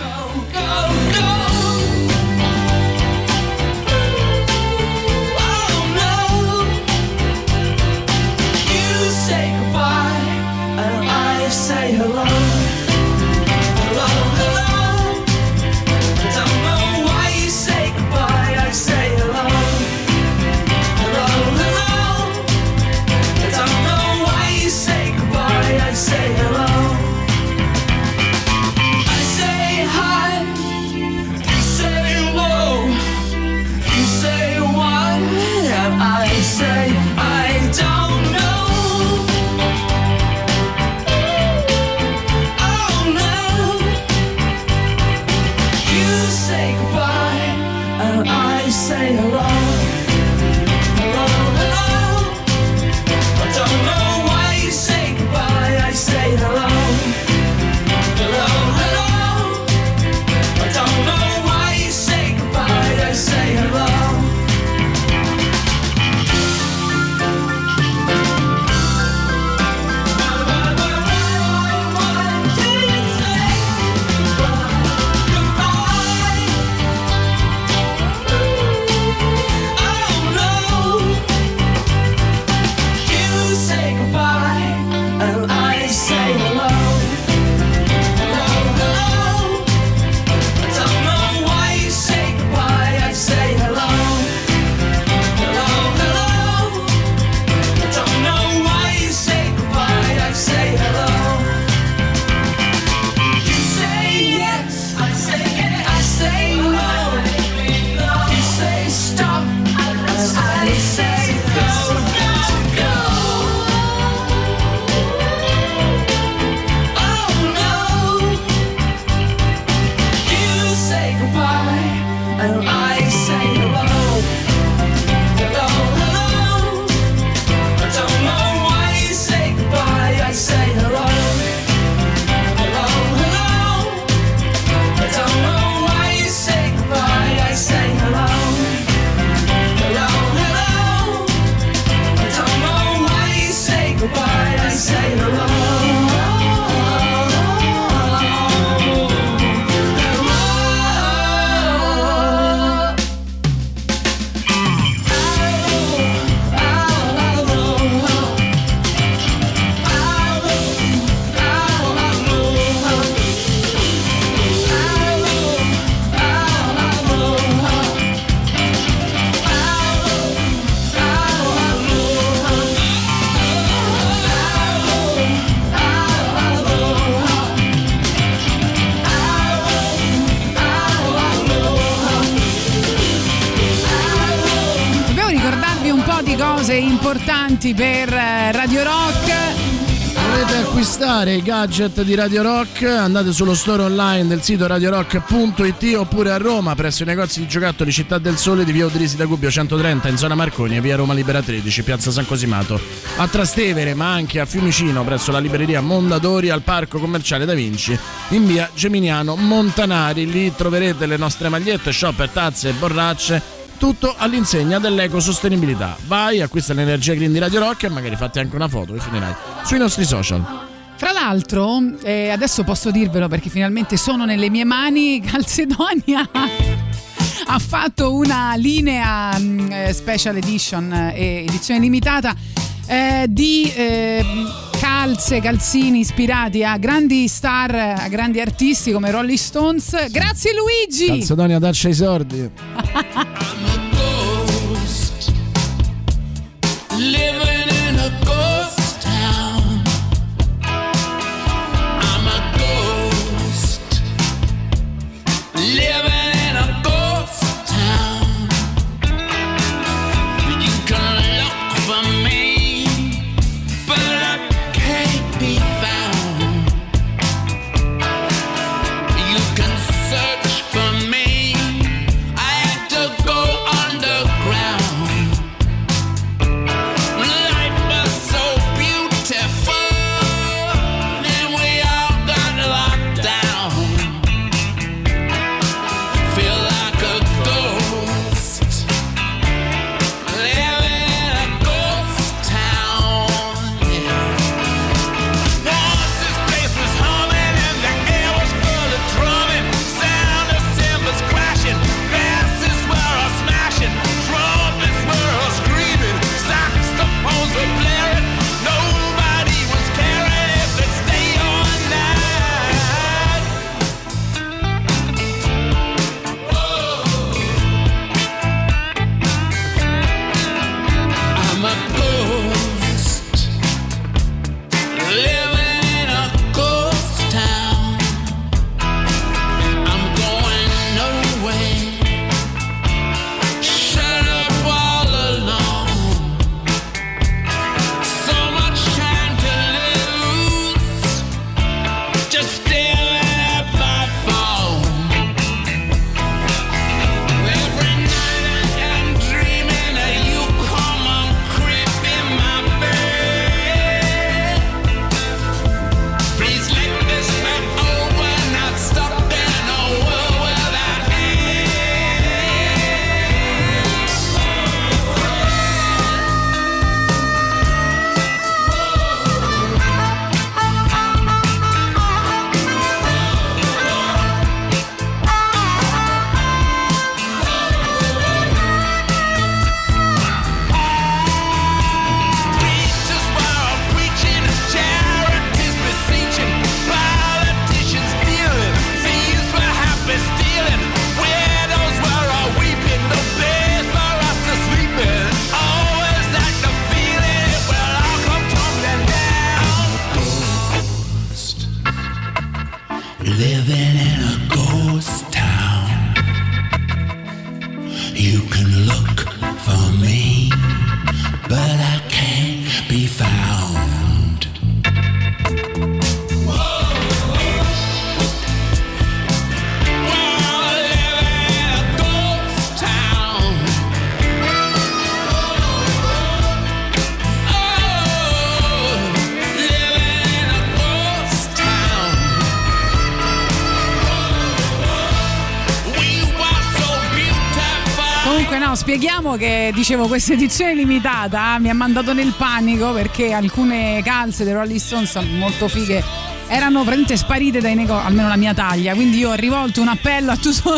Say hello, hello, hello. I don't know why you say goodbye. I say hello, hello, hello. I don't know why you say goodbye. I say hello. I say hi, you say hello, you say what, and I say I don't know. Say goodbye and I say hello, hello, hello. I don't know why you say goodbye. I say hello, hello, hello. I don't know why you say goodbye. I say hello. Importanti per Radio Rock. Volete acquistare i gadget di Radio Rock? Andate sullo store online del sito radiorock.it oppure a Roma presso i negozi di giocattoli Città del Sole di via Udrisi da Gubbio 130 in zona Marconi e via Roma Libera 13 piazza San Cosimato, a Trastevere ma anche a Fiumicino presso la libreria Mondadori, al parco commerciale Da Vinci in via Geminiano Montanari. Lì troverete le nostre magliette, shopper, tazze e borracce, tutto all'insegna dell'ecosostenibilità. Vai, acquista l'energia green di Radio Rock e magari fatti anche una foto e finirai sui nostri social. Fra l'altro, adesso posso dirvelo perché finalmente sono nelle mie mani, Calzedonia ha fatto una linea special edition e edizione limitata di calzini ispirati a grandi star, a grandi artisti come Rolling Stones. Grazie Luigi! Calzedonia, dacci i sordi. living in a ghost town. You can look for me, but I can't be found. Comunque no, spieghiamo che dicevo questa edizione limitata mi ha mandato nel panico perché alcune calze dei Rolling Stones molto fighe erano praticamente sparite dai negozi, almeno la mia taglia, quindi io ho rivolto un appello a tutto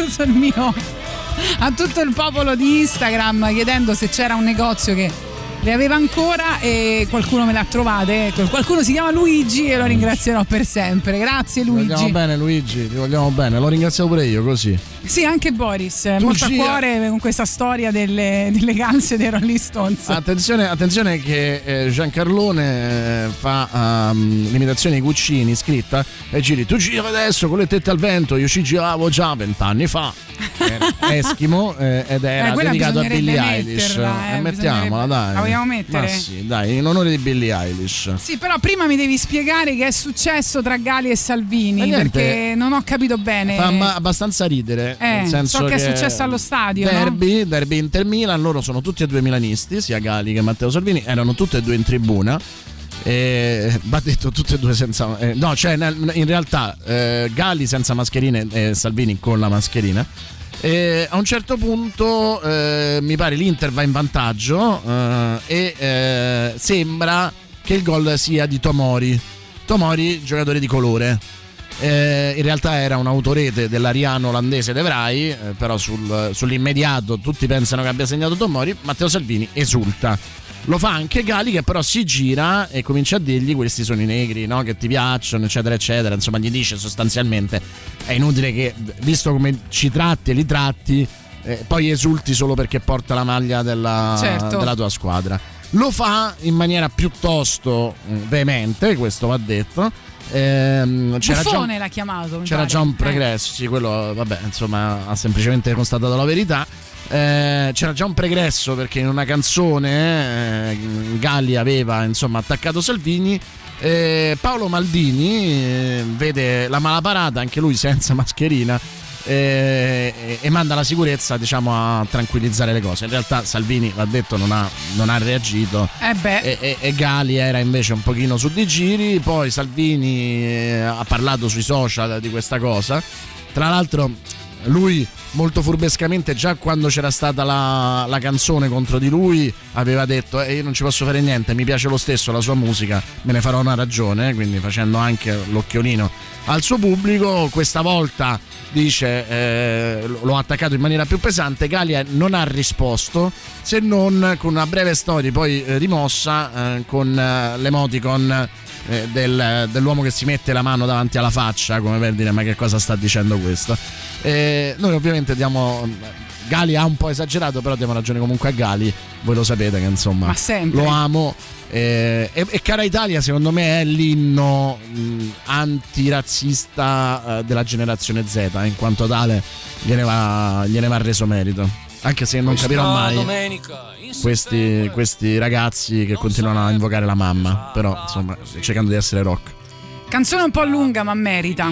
il popolo di Instagram chiedendo se c'era un negozio che le aveva ancora e qualcuno me le ha trovate. Qualcuno si chiama Luigi e lo ringrazierò per sempre. Grazie Luigi. Ti vogliamo bene Luigi, ti vogliamo bene, l'ho ringraziato pure io così. Sì, anche Boris, molto a cuore con questa storia delle calze dei Rolling Stones. Attenzione che Giancarlone fa l'imitazione di Guccini scritta e giri, tu giri adesso con le tette al vento, io ci giravo già 20 anni fa. Eschimo ed era dedicato a Billie Eilish. Mettiamola, dai. La vogliamo mettere? Ma sì, dai, in onore di Billie Eilish. Sì, però prima mi devi spiegare che è successo tra Gali e Salvini, perché non ho capito bene. Fa abbastanza ridere. Nel senso so che è successo allo stadio. Derby Inter Milan, loro sono tutti e due milanisti, sia Gali che Matteo Salvini, erano tutti e due in tribuna. Va detto tutte e due senza no, cioè in realtà Gali senza mascherine e Salvini con la mascherina. A un certo punto mi pare l'Inter va in vantaggio e sembra che il gol sia di Tomori, giocatore di colore. In realtà era un'autorete dell'ariano olandese De Vrij, però sull'immediato tutti pensano che abbia segnato Tomori. Matteo Salvini esulta. Lo fa anche Gali, che però si gira e comincia a dirgli questi sono i negri, no? Che ti piacciono, eccetera eccetera. Insomma, gli dice sostanzialmente è inutile che, visto come ci tratti e li tratti, poi esulti solo perché porta la maglia della tua squadra. Lo fa in maniera piuttosto veemente, questo va detto. Buffone l'ha chiamato. C'era già un pregresso, sì, quello vabbè, insomma, ha semplicemente constatato la verità. C'era già un pregresso perché in una canzone Galli aveva insomma attaccato Salvini. Paolo Maldini vede la malaparata, anche lui senza mascherina, e manda la sicurezza, diciamo, a tranquillizzare le cose. In realtà Salvini, va detto, non ha reagito, e Gali era invece un pochino su di giri. Poi Salvini ha parlato sui social di questa cosa. Tra l'altro lui molto furbescamente, già quando c'era stata la canzone contro di lui, aveva detto io non ci posso fare niente, mi piace lo stesso la sua musica, me ne farò una ragione, quindi facendo anche l'occhiolino al suo pubblico. Questa volta dice l'ho attaccato in maniera più pesante. Gali non ha risposto, se non con una breve storia poi rimossa con l'emoticon dell'uomo che si mette la mano davanti alla faccia, come per dire ma che cosa sta dicendo questo. Noi ovviamente Gali ha un po' esagerato, però diamo ragione comunque a Gali, voi lo sapete che insomma lo amo. E Cara Italia secondo me è l'inno antirazzista della generazione Z, in quanto tale gliene va reso merito, anche se non capirò mai questi ragazzi che continuano a invocare la mamma, però insomma cercando di essere rock. Canzone un po' lunga ma merita.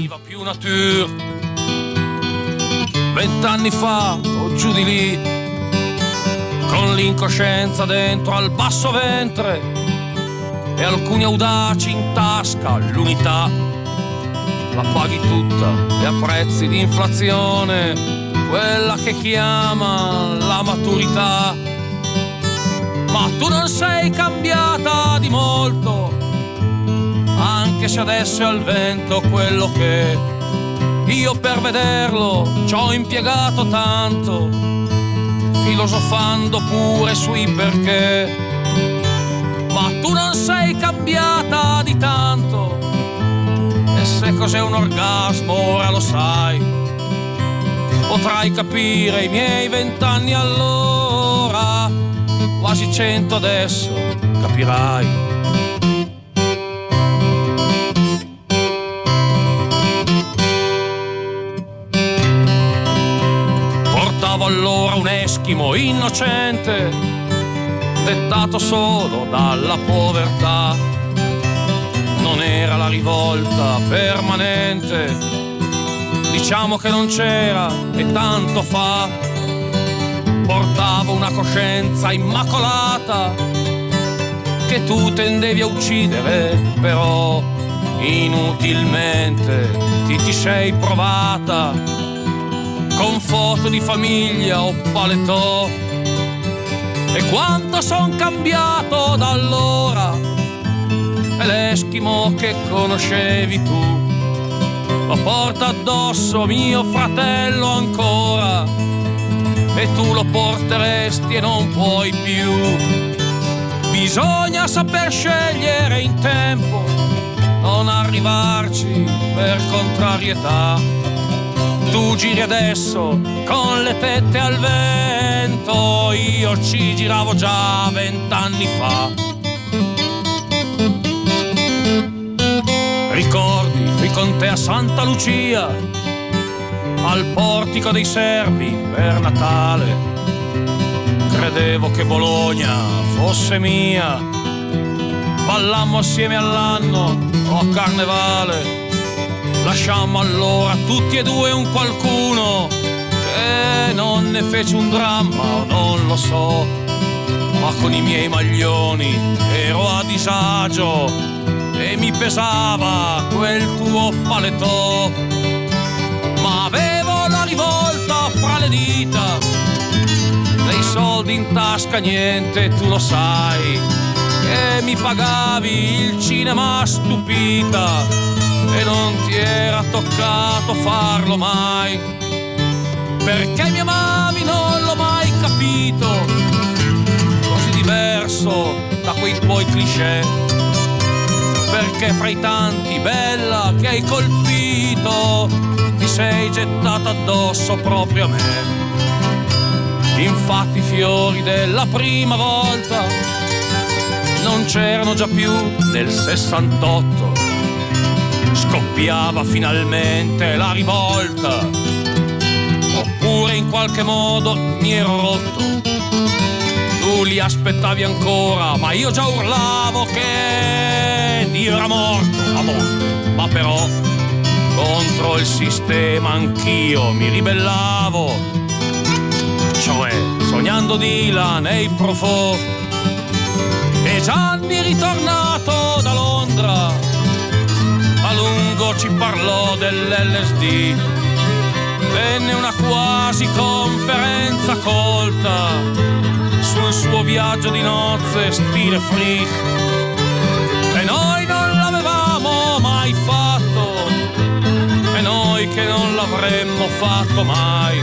20 anni fa o giù di lì, con l'incoscienza dentro al basso ventre e alcuni audaci in tasca, l'unità la paghi tutta e a prezzi di inflazione, quella che chiama la maturità. Ma tu non sei cambiata di molto, anche se adesso è al vento quello che io per vederlo ci ho impiegato tanto, filosofando pure sui perché. Ma tu non sei cambiata di tanto, e se cos'è un orgasmo ora lo sai. Potrai capire i miei 20 anni allora, quasi 100 adesso, capirai. eschimo innocente, dettato solo dalla povertà. Non era la rivolta permanente, diciamo che non c'era e tanto fa. Portavo una coscienza immacolata che tu tendevi a uccidere, però inutilmente ti sei provata con foto di famiglia o paletò. E quanto son cambiato da allora, e l'eschimo che conoscevi tu lo porta addosso mio fratello ancora, e tu lo porteresti e non puoi più. Bisogna saper scegliere in tempo, non arrivarci per contrarietà. Tu giri adesso con le tette al vento, io ci giravo già 20 anni fa. Ricordi, fui con te a Santa Lucia, al portico dei Servi per Natale. Credevo che Bologna fosse mia, ballammo assieme all'anno o a Carnevale. Lasciammo allora tutti e due un qualcuno che non ne fece un dramma o non lo so, ma con i miei maglioni ero a disagio e mi pesava quel tuo paletò. Ma avevo la rivolta fra le dita, dei soldi in tasca niente, tu lo sai, che mi pagavi il cinema stupita e non ti era toccato farlo mai. Perché mi amavi non l'ho mai capito, così diverso da quei tuoi cliché. Perché fra i tanti bella che hai colpito ti sei gettata addosso proprio a me. Infatti i fiori della prima volta non c'erano già più nel 68. Scoppiava finalmente la rivolta, oppure in qualche modo mi ero rotto. Tu li aspettavi ancora, ma io già urlavo che Dio era morto a monte. Ma però contro il sistema anch'io mi ribellavo, cioè sognando Dylan e i Profò. E Gianni ritornato da Londra a lungo ci parlò dell'LSD. Venne una quasi conferenza colta sul suo viaggio di nozze stile freak, e noi non l'avevamo mai fatto, e noi che non l'avremmo fatto mai.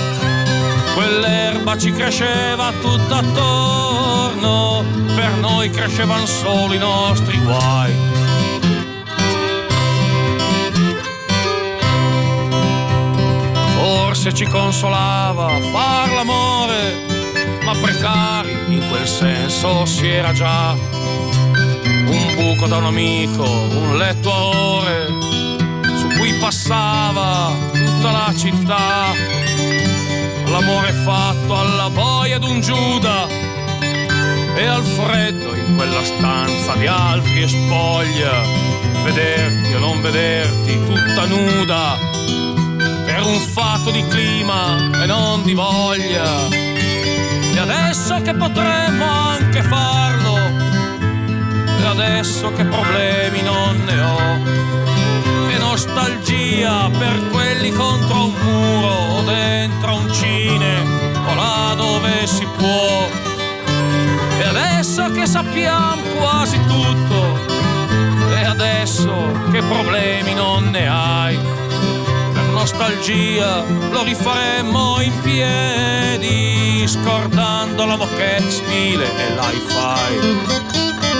Quell'erba ci cresceva tutta attorno, per noi crescevano solo i nostri guai. Forse ci consolava far l'amore, ma precari in quel senso si era già. Un buco da un amico, un letto a ore, su cui passava tutta la città. L'amore fatto alla boia d'un Giuda, e al freddo in quella stanza di altri e spoglia, vederti o non vederti tutta nuda, per un fatto di clima e non di voglia. E adesso che potremmo anche farlo, e adesso che problemi non ne ho, e nostalgia per quelli contro un muro o dentro un cine o là dove si può. E adesso che sappiamo quasi tutto, e adesso che problemi non ne hai, per nostalgia lo rifaremmo in piedi, scordando la moquette stile e l'hi-fi.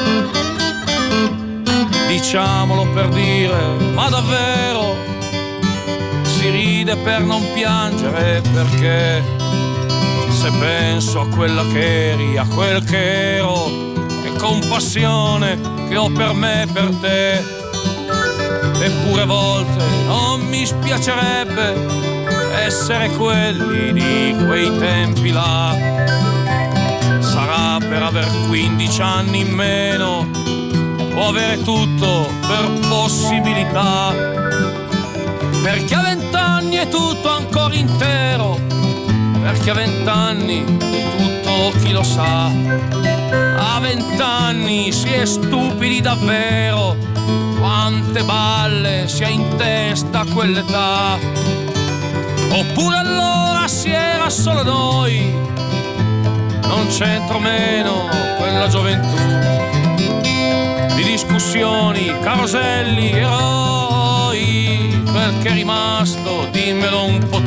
Diciamolo per dire, ma davvero si ride per non piangere, perché se penso a quella che eri, a quel che ero, che compassione che ho per me e per te. Eppure a volte non mi spiacerebbe essere quelli di quei tempi là. Sarà per aver 15 anni in meno o avere tutto per possibilità, perché a 20 anni è tutto ancora intero, perché a 20 anni tutto chi lo sa. A 20 anni si è stupidi davvero, quante balle si ha in testa a quell'età. Oppure allora si era solo noi, non c'entro meno quella gioventù di discussioni, caroselli, eroi. Quel che è rimasto dimmelo un po' tu.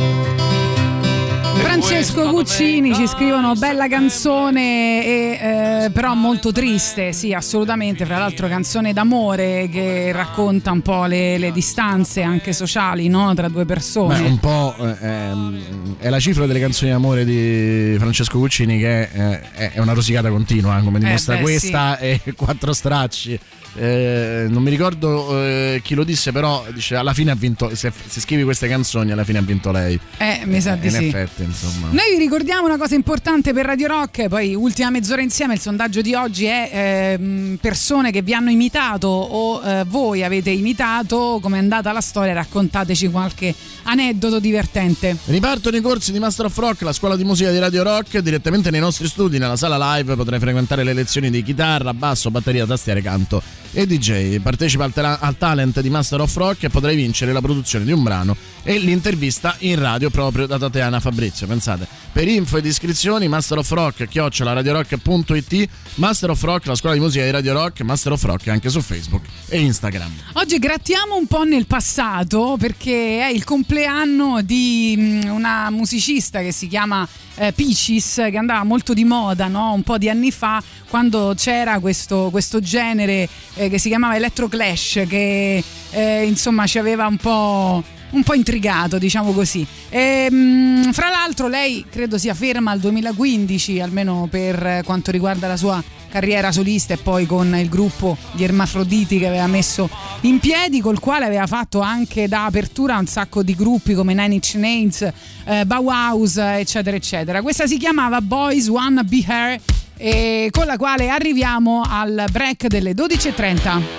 Francesco Guccini ci scrivono bella canzone però molto triste, sì, assolutamente. Fra l'altro canzone d'amore che racconta un po' le distanze anche sociali, no? Tra due persone. Beh, un po' è la cifra delle canzoni d'amore di Francesco Guccini, che è una rosicata continua, come dimostra questa, sì. E 4 stracci. Non mi ricordo chi lo disse, però dice alla fine ha vinto, se scrivi queste canzoni alla fine ha vinto lei. Mi sa di in sì. Effetti, insomma. Noi vi ricordiamo una cosa importante per Radio Rock, poi ultima mezz'ora insieme. Il sondaggio di oggi è persone che vi hanno imitato o voi avete imitato. Come è andata la storia? Raccontateci qualche aneddoto divertente. Ripartono i corsi di Master of Rock, la scuola di musica di Radio Rock. Direttamente nei nostri studi, nella sala live, potrai frequentare le lezioni di chitarra, basso, batteria, tastiere, canto e DJ. Partecipa al talent di Master of Rock e potrai vincere la produzione di un brano e l'intervista in radio proprio da Tatiana Fabrizio. Pensate, per info ed iscrizioni Master of Rock @radiorock.it. Master of Rock, la scuola di musica di Radio Rock. Master of Rock anche su Facebook e Instagram. Oggi grattiamo un po' nel passato, perché è il compleanno di una musicista che si chiama Peaches, che andava molto di moda, no? Un po' di anni fa, quando c'era questo genere che si chiamava Electro Clash, che insomma ci aveva un po' intrigato, diciamo così. Fra l'altro lei credo sia ferma al 2015, almeno per quanto riguarda la sua carriera solista, e poi con il gruppo Gli Ermafroditi che aveva messo in piedi, col quale aveva fatto anche da apertura un sacco di gruppi come Nine Inch Nails, Bauhaus, eccetera eccetera. Questa si chiamava Boys Wanna Be Her, e con la quale arriviamo al break delle 12:30.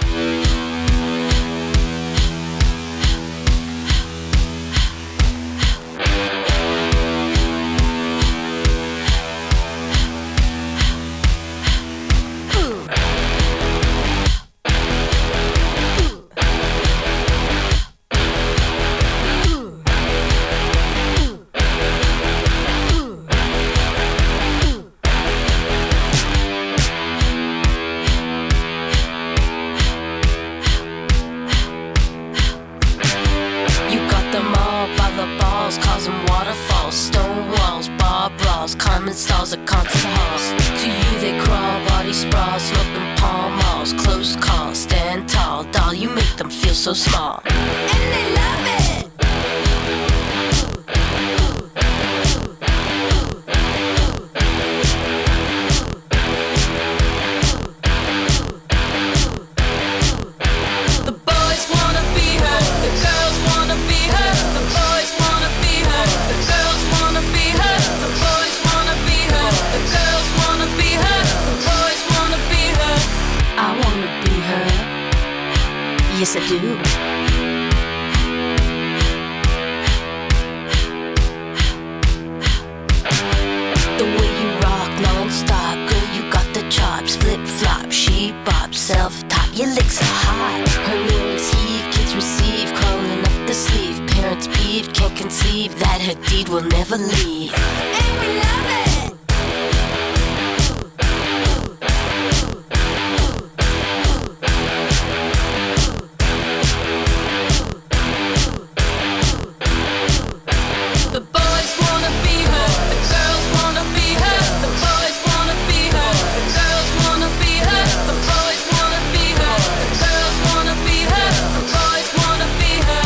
So small, and they love it. The boys wanna be her, the girls wanna be her. The boys wanna be her, the girls wanna be her. The boys wanna be her, the girls wanna be her. The boys wanna be her. I wanna be her. Yes, I do. The way you rock non-stop, girl, you got the chops. Flip-flop, she-bop, self-top, your licks are hot. Her lyrics heave, kids receive, crawling up the sleeve. Parents peeved, can't conceive that her deed will never leave. And we love it.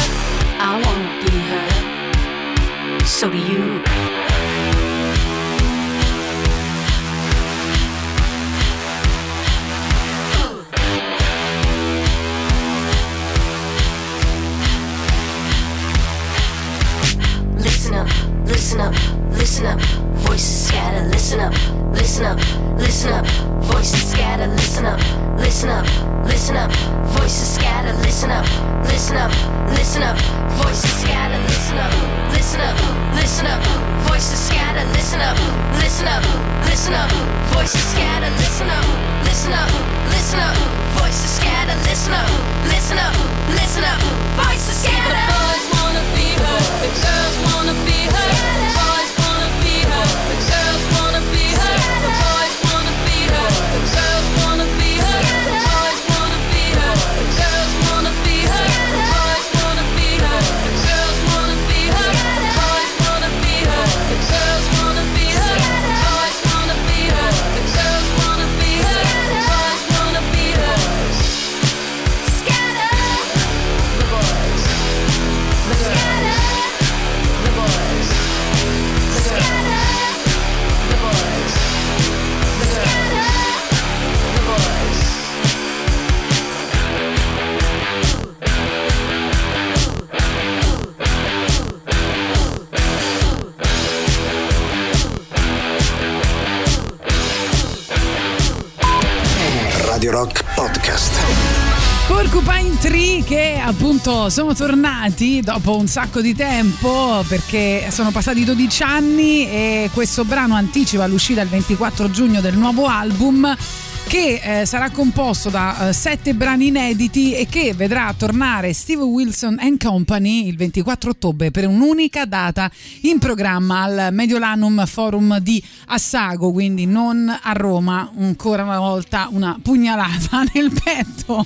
So do you. listen up, listen up. Voices scatter, listen up, listen up, listen up. Voices scatter, listen up, listen up, listen up. Voices scatter, listen up, listen up, listen up. Voices scatter, listen up, listen up, listen up. Voices scatter, listen up, listen up, listen up. Voices scatter, listen up, listen up, listen up. Voices scatter. The boys wanna be her, the girls wanna be her. The boys wanna be her, the girls wanna be her. The boys wanna be her, the girls wanna be her. The boys wanna be her, the girls wanna be her. The boys wanna be her, the girls wanna be her. The boys wanna be her, the girls wanna be her. The boys wanna be her, the girls wanna be her. The boys wanna be her. Scatter. The boys. The girls. The boys. The girls. The boys. The girls. The boys. Radio Rock Podcast. Porcupine Tree, che appunto sono tornati dopo un sacco di tempo perché sono passati 12 anni e questo brano anticipa l'uscita il 24 giugno del nuovo album, che sarà composto da 7 brani inediti e che vedrà tornare Steve Wilson and Company il 24 ottobre per un'unica data in programma al Mediolanum Forum di Assago, quindi non a Roma. Ancora una volta una pugnalata nel petto.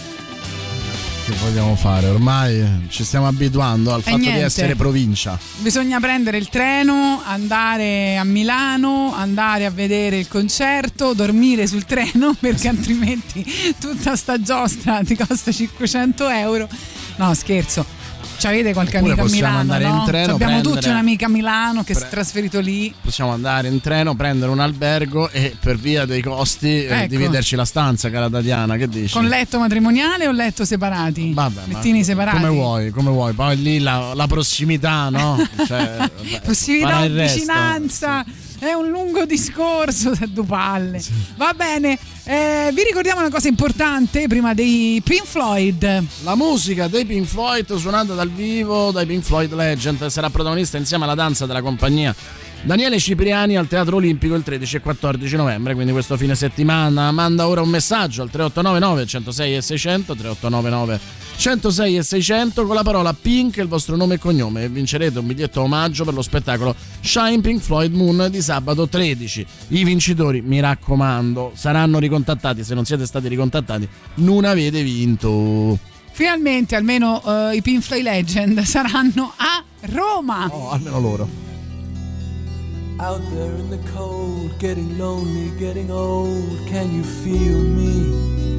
Che vogliamo fare? Ormai ci stiamo abituando al fatto di essere provincia. Bisogna prendere il treno, andare a Milano, andare a vedere il concerto, dormire sul treno perché altrimenti tutta sta giostra ti costa 500 euro. No, scherzo. C'avete qualche Oppure amica a possiamo Milano? andare No? in treno, Abbiamo prendere- tutti un'amica a Milano che si è trasferito lì. Possiamo andare in treno, prendere un albergo e per via dei costi Ecco. dividerci la stanza, cara Tatiana, che dici? Con letto matrimoniale o letto separati? Vabbè, ma lettini separati. come vuoi. Poi lì la prossimità, no? Cioè, vabbè, Possibilità, farà il resto. vicinanza. È un lungo discorso, se due palle. Sì. Va bene, vi ricordiamo una cosa importante prima dei Pink Floyd. La musica dei Pink Floyd suonata dal vivo dai Pink Floyd Legend sarà protagonista insieme alla danza della compagnia Daniele Cipriani al Teatro Olimpico il 13 e 14 novembre, quindi questo fine settimana. Manda ora un messaggio al 3899 106 e 600 3899 106 e 600 con la parola Pink e il vostro nome e cognome e vincerete un biglietto omaggio per lo spettacolo Shine Pink Floyd Moon di sabato 13. I vincitori, mi raccomando, saranno ricontattati. Se non siete stati ricontattati non avete vinto. Finalmente almeno i Pink Floyd Legend saranno a Roma. Oh, almeno loro. Out there in the cold, getting lonely, getting old, can you feel me?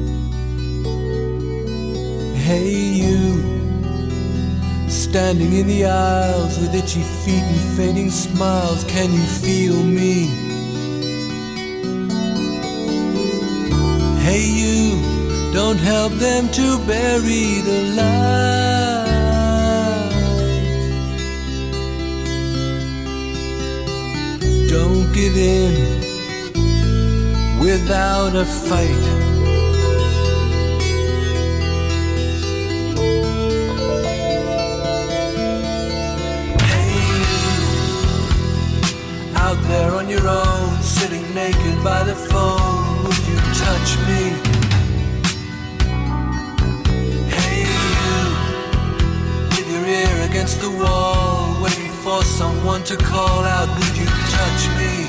Hey you, standing in the aisles with itchy feet and fading smiles, can you feel me? Hey you, don't help them to bury the light. Don't give in without a fight. Hey, out there on your own, sitting naked by the phone, would you touch me? Hey, you, with your ear against the wall, waiting for someone to call out, would you touch me?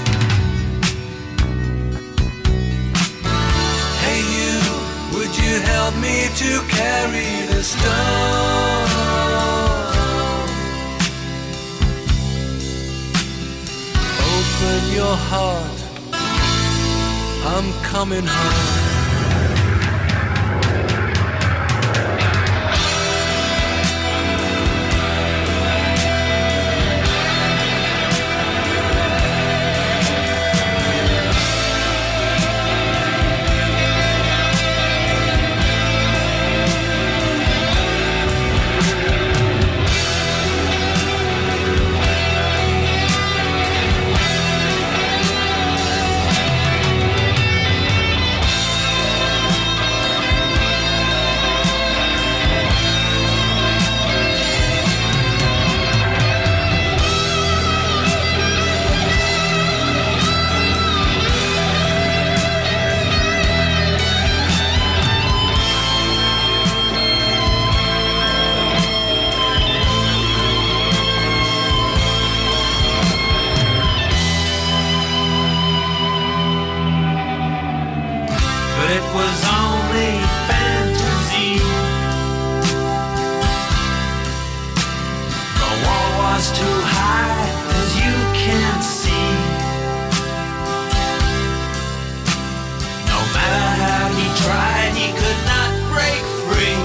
Hey you, would you help me to carry the stone? Open your heart, I'm coming home. was only fantasy. The wall was too high, 'cause you can't see. No matter how he tried, he could not break free.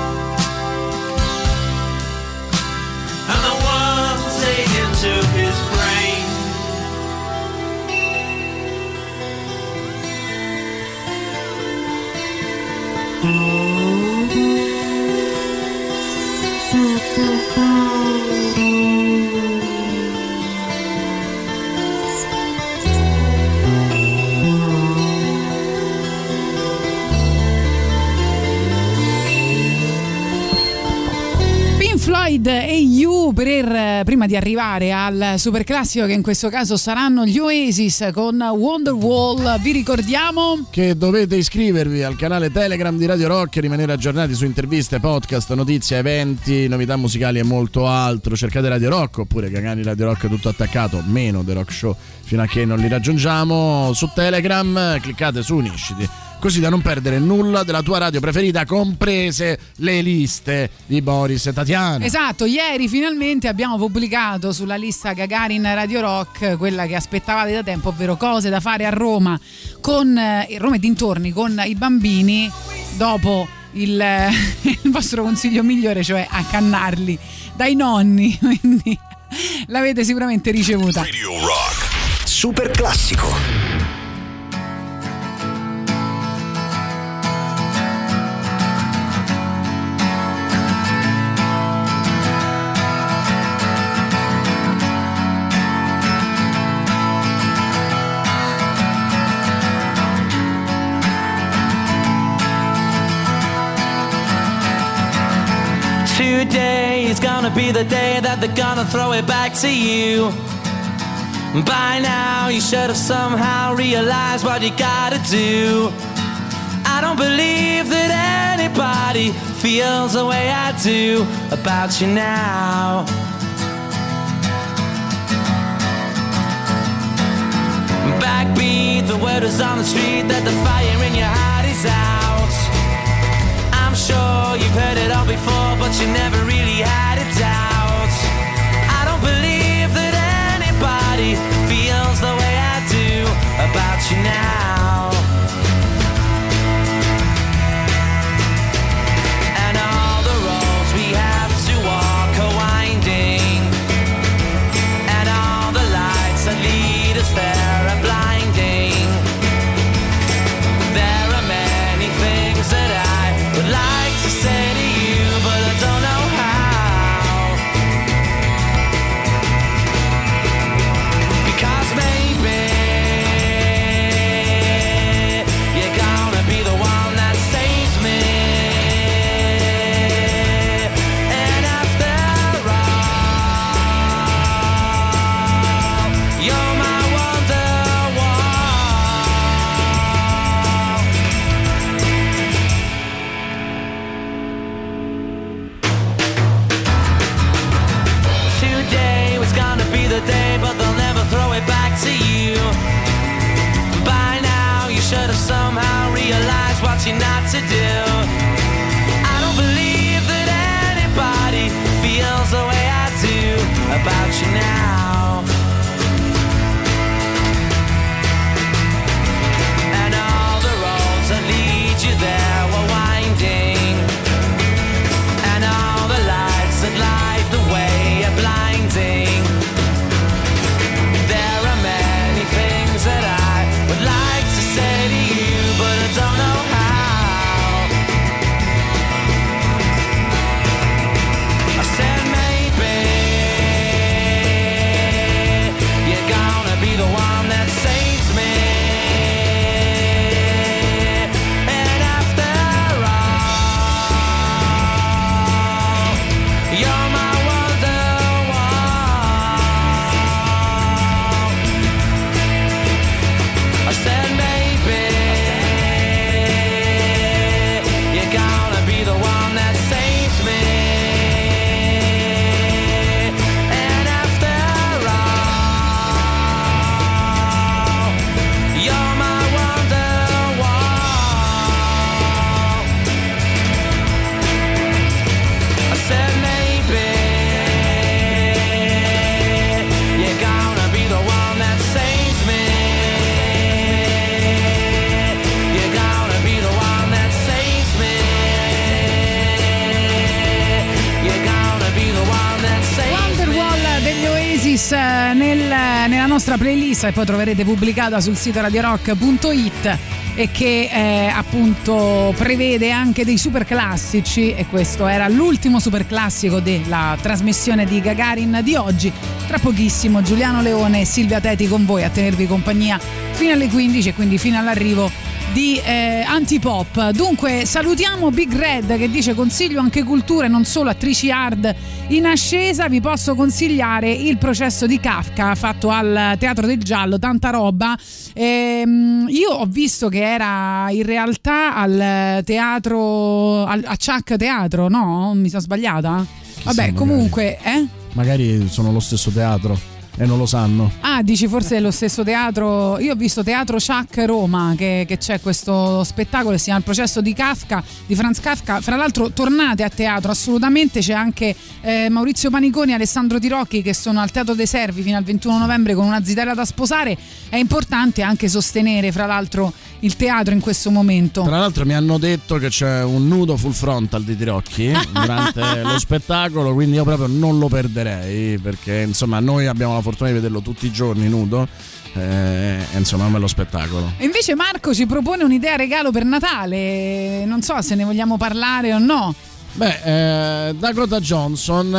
And the worms ate into his brain. Floyd e You prima di arrivare al super classico, che in questo caso saranno gli Oasis con Wonderwall. Vi ricordiamo che dovete iscrivervi al canale Telegram di Radio Rock e rimanere aggiornati su interviste, podcast, notizie, eventi, novità musicali e molto altro. Cercate Radio Rock oppure canali Radio Rock tutto attaccato, meno The Rock Show fino a che non li raggiungiamo. Su Telegram cliccate su Unisciti, così da non perdere nulla della tua radio preferita, comprese le liste di Boris e Tatiana. Esatto, ieri finalmente abbiamo pubblicato sulla lista Gagarin Radio Rock quella che aspettavate da tempo, ovvero cose da fare a Roma, con Roma e dintorni, con i bambini, dopo il vostro consiglio migliore, cioè accannarli dai nonni, quindi l'avete sicuramente ricevuta. Radio Rock super classico. Today is gonna be the day that they're gonna throw it back to you. By now you should have somehow realized what you gotta do. I don't believe that anybody feels the way I do about you now. Backbeat, the word is on the street that the fire in your heart is out. I'm sure you've heard it all before, but you never really had a doubt. I don't believe that anybody feels the way I do about you now. And all the roads we have to walk are winding, and all the lights that lead us there are blinding. There are many things that I would like to say to you, but I don't know how. Because maybe you're gonna be the one that saves me. And after all, you're my the day, but they'll never throw it back to you. By now you should have somehow realized what you're not to do. I don't believe that anybody feels the way I do about you now. And all the roads that lead you there were winding, and all the lights that light the way are blinding. That I would like to say to you, but I don't know how. I said maybe nostra playlist e poi troverete pubblicata sul sito radiorock.it e che appunto prevede anche dei super classici, e questo era l'ultimo super classico della trasmissione di Gagarin di oggi. Tra pochissimo Giuliano Leone e Silvia Teti con voi a tenervi compagnia fino alle 15 e quindi fino all'arrivo di Antipop. Dunque salutiamo Big Red che dice: consiglio anche culture, non solo attrici hard in ascesa. Vi posso consigliare Il processo di Kafka fatto al Teatro del Giallo, tanta roba. Io ho visto che era in realtà al teatro, a Chuck Teatro, no? Mi sono sbagliata? Vabbè, comunque magari sono lo stesso teatro e non lo sanno. Ah, dici forse è lo stesso teatro. Io ho visto Teatro Chuck Roma, che c'è questo spettacolo che si chiama Il processo di Kafka, di Franz Kafka. Fra l'altro tornate a teatro assolutamente, c'è anche Maurizio Paniconi e Alessandro Tirocchi che sono al Teatro dei Servi fino al 21 novembre con una zitella da sposare. È importante anche sostenere fra l'altro il teatro in questo momento. Tra l'altro mi hanno detto che c'è un nudo full frontal di Tirocchi durante lo spettacolo, quindi io proprio non lo perderei, perché insomma noi abbiamo la fortuna di vederlo tutti i giorni nudo, insomma è un bello spettacolo. E invece Marco ci propone un'idea regalo per Natale, non so se ne vogliamo parlare o no. Beh, Dakota Johnson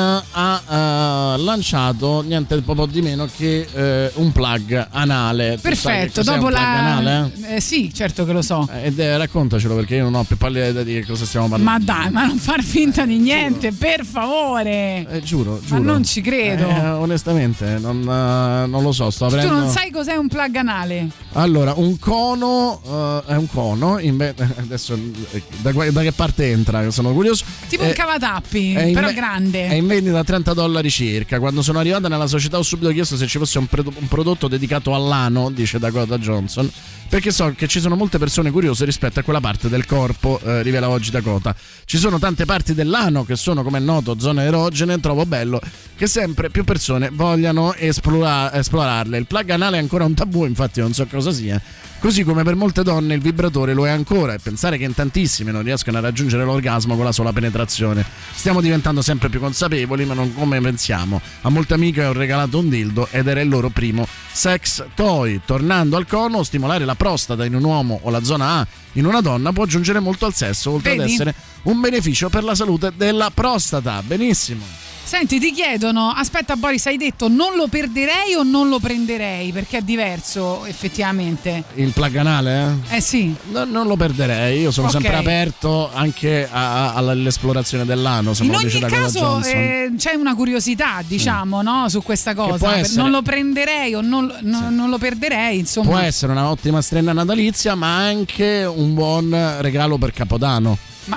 ha lanciato niente po' di meno che un plug anale. Perfetto, dopo la anale? Sì, certo che lo so. Raccontacelo, perché io non ho più pallida idea di che cosa stiamo parlando. Ma dai, ma non far finta di niente, per favore. Giuro. Ma non ci credo. Onestamente, non lo so. Sto aprendo. Tu non sai cos'è un plug anale? Allora, un cono è un cono. Adesso da che parte entra? Sono curioso. Tipo un cavatappi, però grande. È in vendita a $30 circa. Quando sono arrivata nella società ho subito chiesto se ci fosse un prodotto dedicato all'ano, dice Dakota Johnson, perché so che ci sono molte persone curiose rispetto a quella parte del corpo, rivela oggi Dakota. Ci sono tante parti dell'ano che sono, come è noto, zone erogene. Trovo bello che sempre più persone vogliano esplorarle. Il plug anale è ancora un tabù, infatti non so cosa sia. Così come per molte donne il vibratore lo è ancora, e pensare che in tantissime non riescono a raggiungere l'orgasmo con la sola penetrazione. Stiamo diventando sempre più consapevoli, ma non come pensiamo. A molte amiche ho regalato un dildo ed era il loro primo sex toy. Tornando al cono, stimolare la prostata in un uomo o la zona A in una donna può aggiungere molto al sesso, oltre ad essere un beneficio per la salute della prostata. Benissimo. Senti, ti chiedono, aspetta Boris, hai detto non lo perderei o non lo prenderei? Perché è diverso effettivamente. Il plug anale? Sì. Non lo perderei, io sono sempre aperto anche all'esplorazione dell'ano. In ogni caso c'è una curiosità, diciamo, no, su questa cosa. Non lo prenderei o non lo perderei, insomma. Può essere una ottima strenna natalizia, ma anche un buon regalo per Capodanno. Ma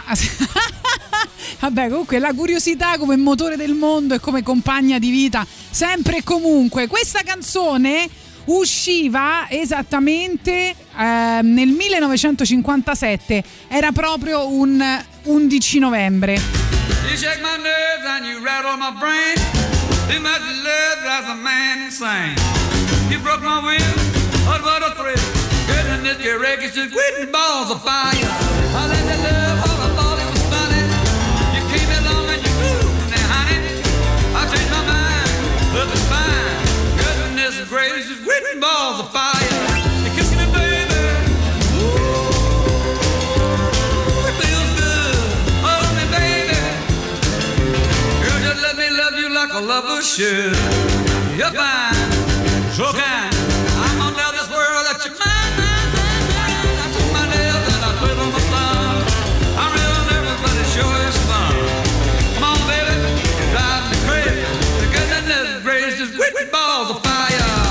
vabbè, comunque la curiosità come motore del mondo e come compagna di vita sempre e comunque. Questa canzone usciva esattamente nel 1957, era proprio un 11 novembre. You shake my nerves and you rattle my brain. Too much love drives a man insane. You broke my will, oh what a thrill. Goodness, your records just quitting balls of fire. I let that love all I thought it was funny. You came along and you moved me, honey. I changed my mind, love is fine. Goodness gracious, quitting balls of fire. You kiss me, baby. Ooh, it feels good. Hold me, baby. Girl, just let me love you like a lover should. You're fine, so kind. I'm gonna tell this world that you're mine. I took my nails and I put on my thumb. I'm real nervous, but it sure is fun. Come on, baby, you drive me crazy. The goodness gracious, with balls of fire.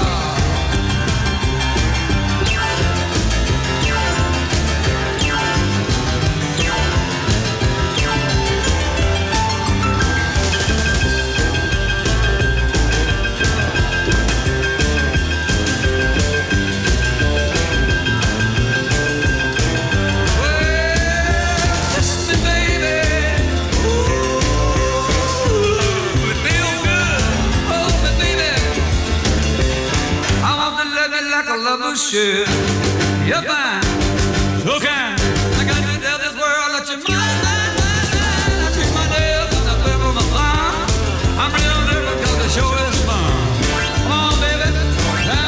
Should. You're fine, so kind. I got to tell this world that you're mine. I treat my nails and I flip on my thumb. I'm real nervous 'cause the show is fun. Come on, baby,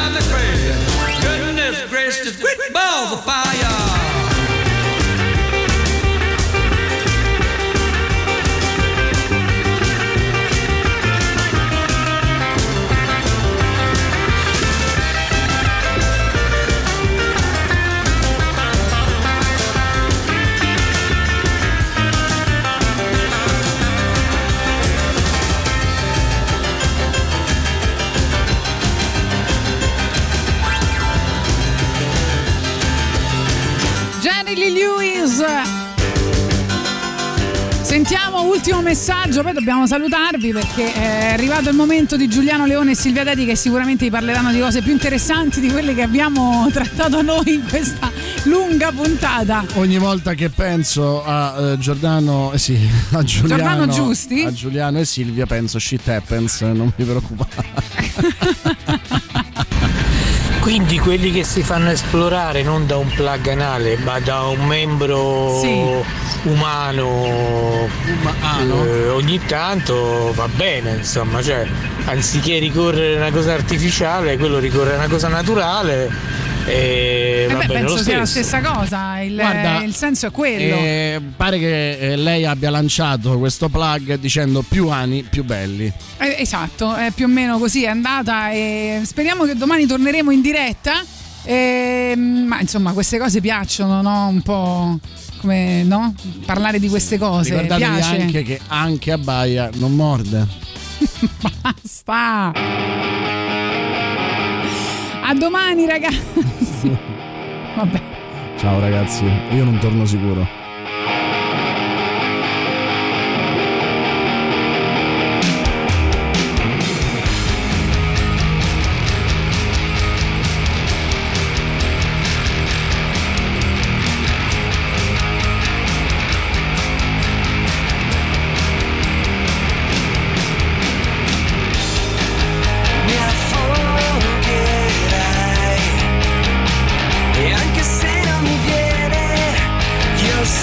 Sentiamo ultimo messaggio, poi dobbiamo salutarvi perché è arrivato il momento di Giuliano Leone e Silvia Teti, che sicuramente vi parleranno di cose più interessanti di quelle che abbiamo trattato noi in questa lunga puntata. Ogni volta che penso a Giordano, a Giuliano Giusti, a Giuliano e Silvia penso shit happens, non vi preoccupate. Quindi quelli che si fanno esplorare non da un plug anale ma da un membro umano ogni tanto va bene, insomma, cioè anziché ricorrere a una cosa artificiale quello ricorre a una cosa naturale e va bene penso lo sia la stesso. stessa cosa, il senso è quello. Pare che lei abbia lanciato questo plug dicendo più ani più belli. Esatto, è più o meno così è andata e speriamo che domani torneremo in diretta. Ma insomma queste cose piacciono, no? Un po' come, no? Parlare di queste cose. Ricordatevi piace anche che anche a Baia non morde. Basta. A domani ragazzi. Vabbè. Ciao ragazzi, io non torno sicuro. E anche se non mi viene, io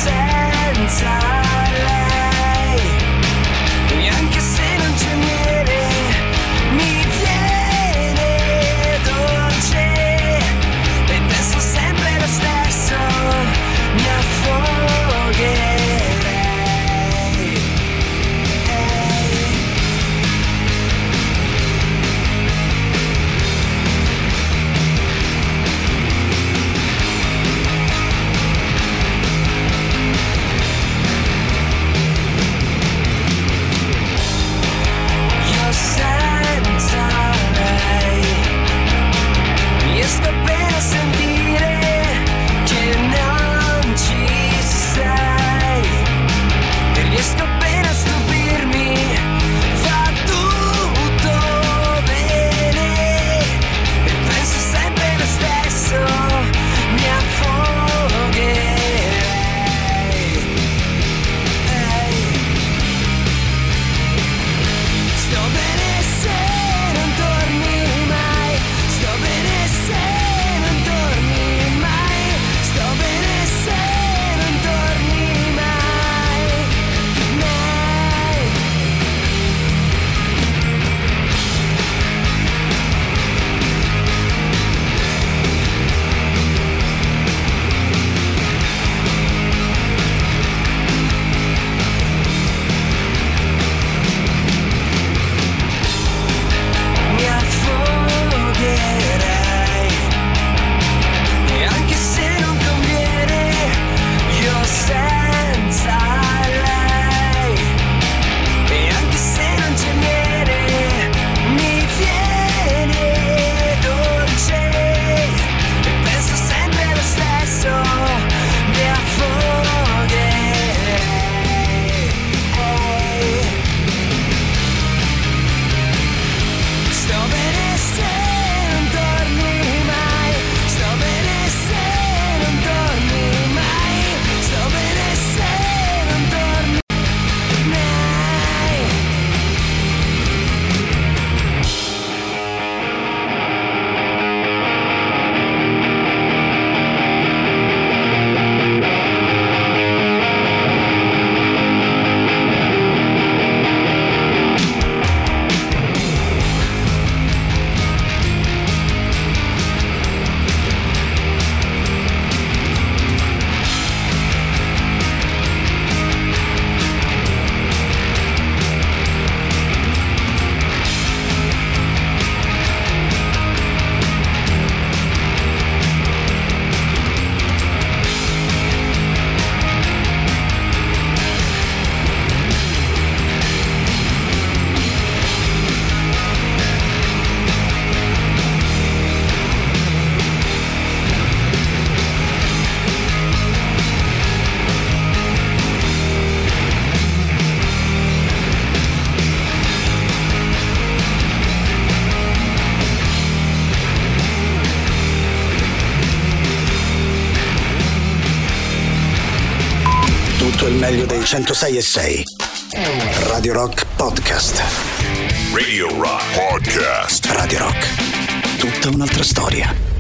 tutto il meglio dei 106.6. Radio Rock Podcast. Radio Rock Podcast. Radio Rock. Tutta un'altra storia.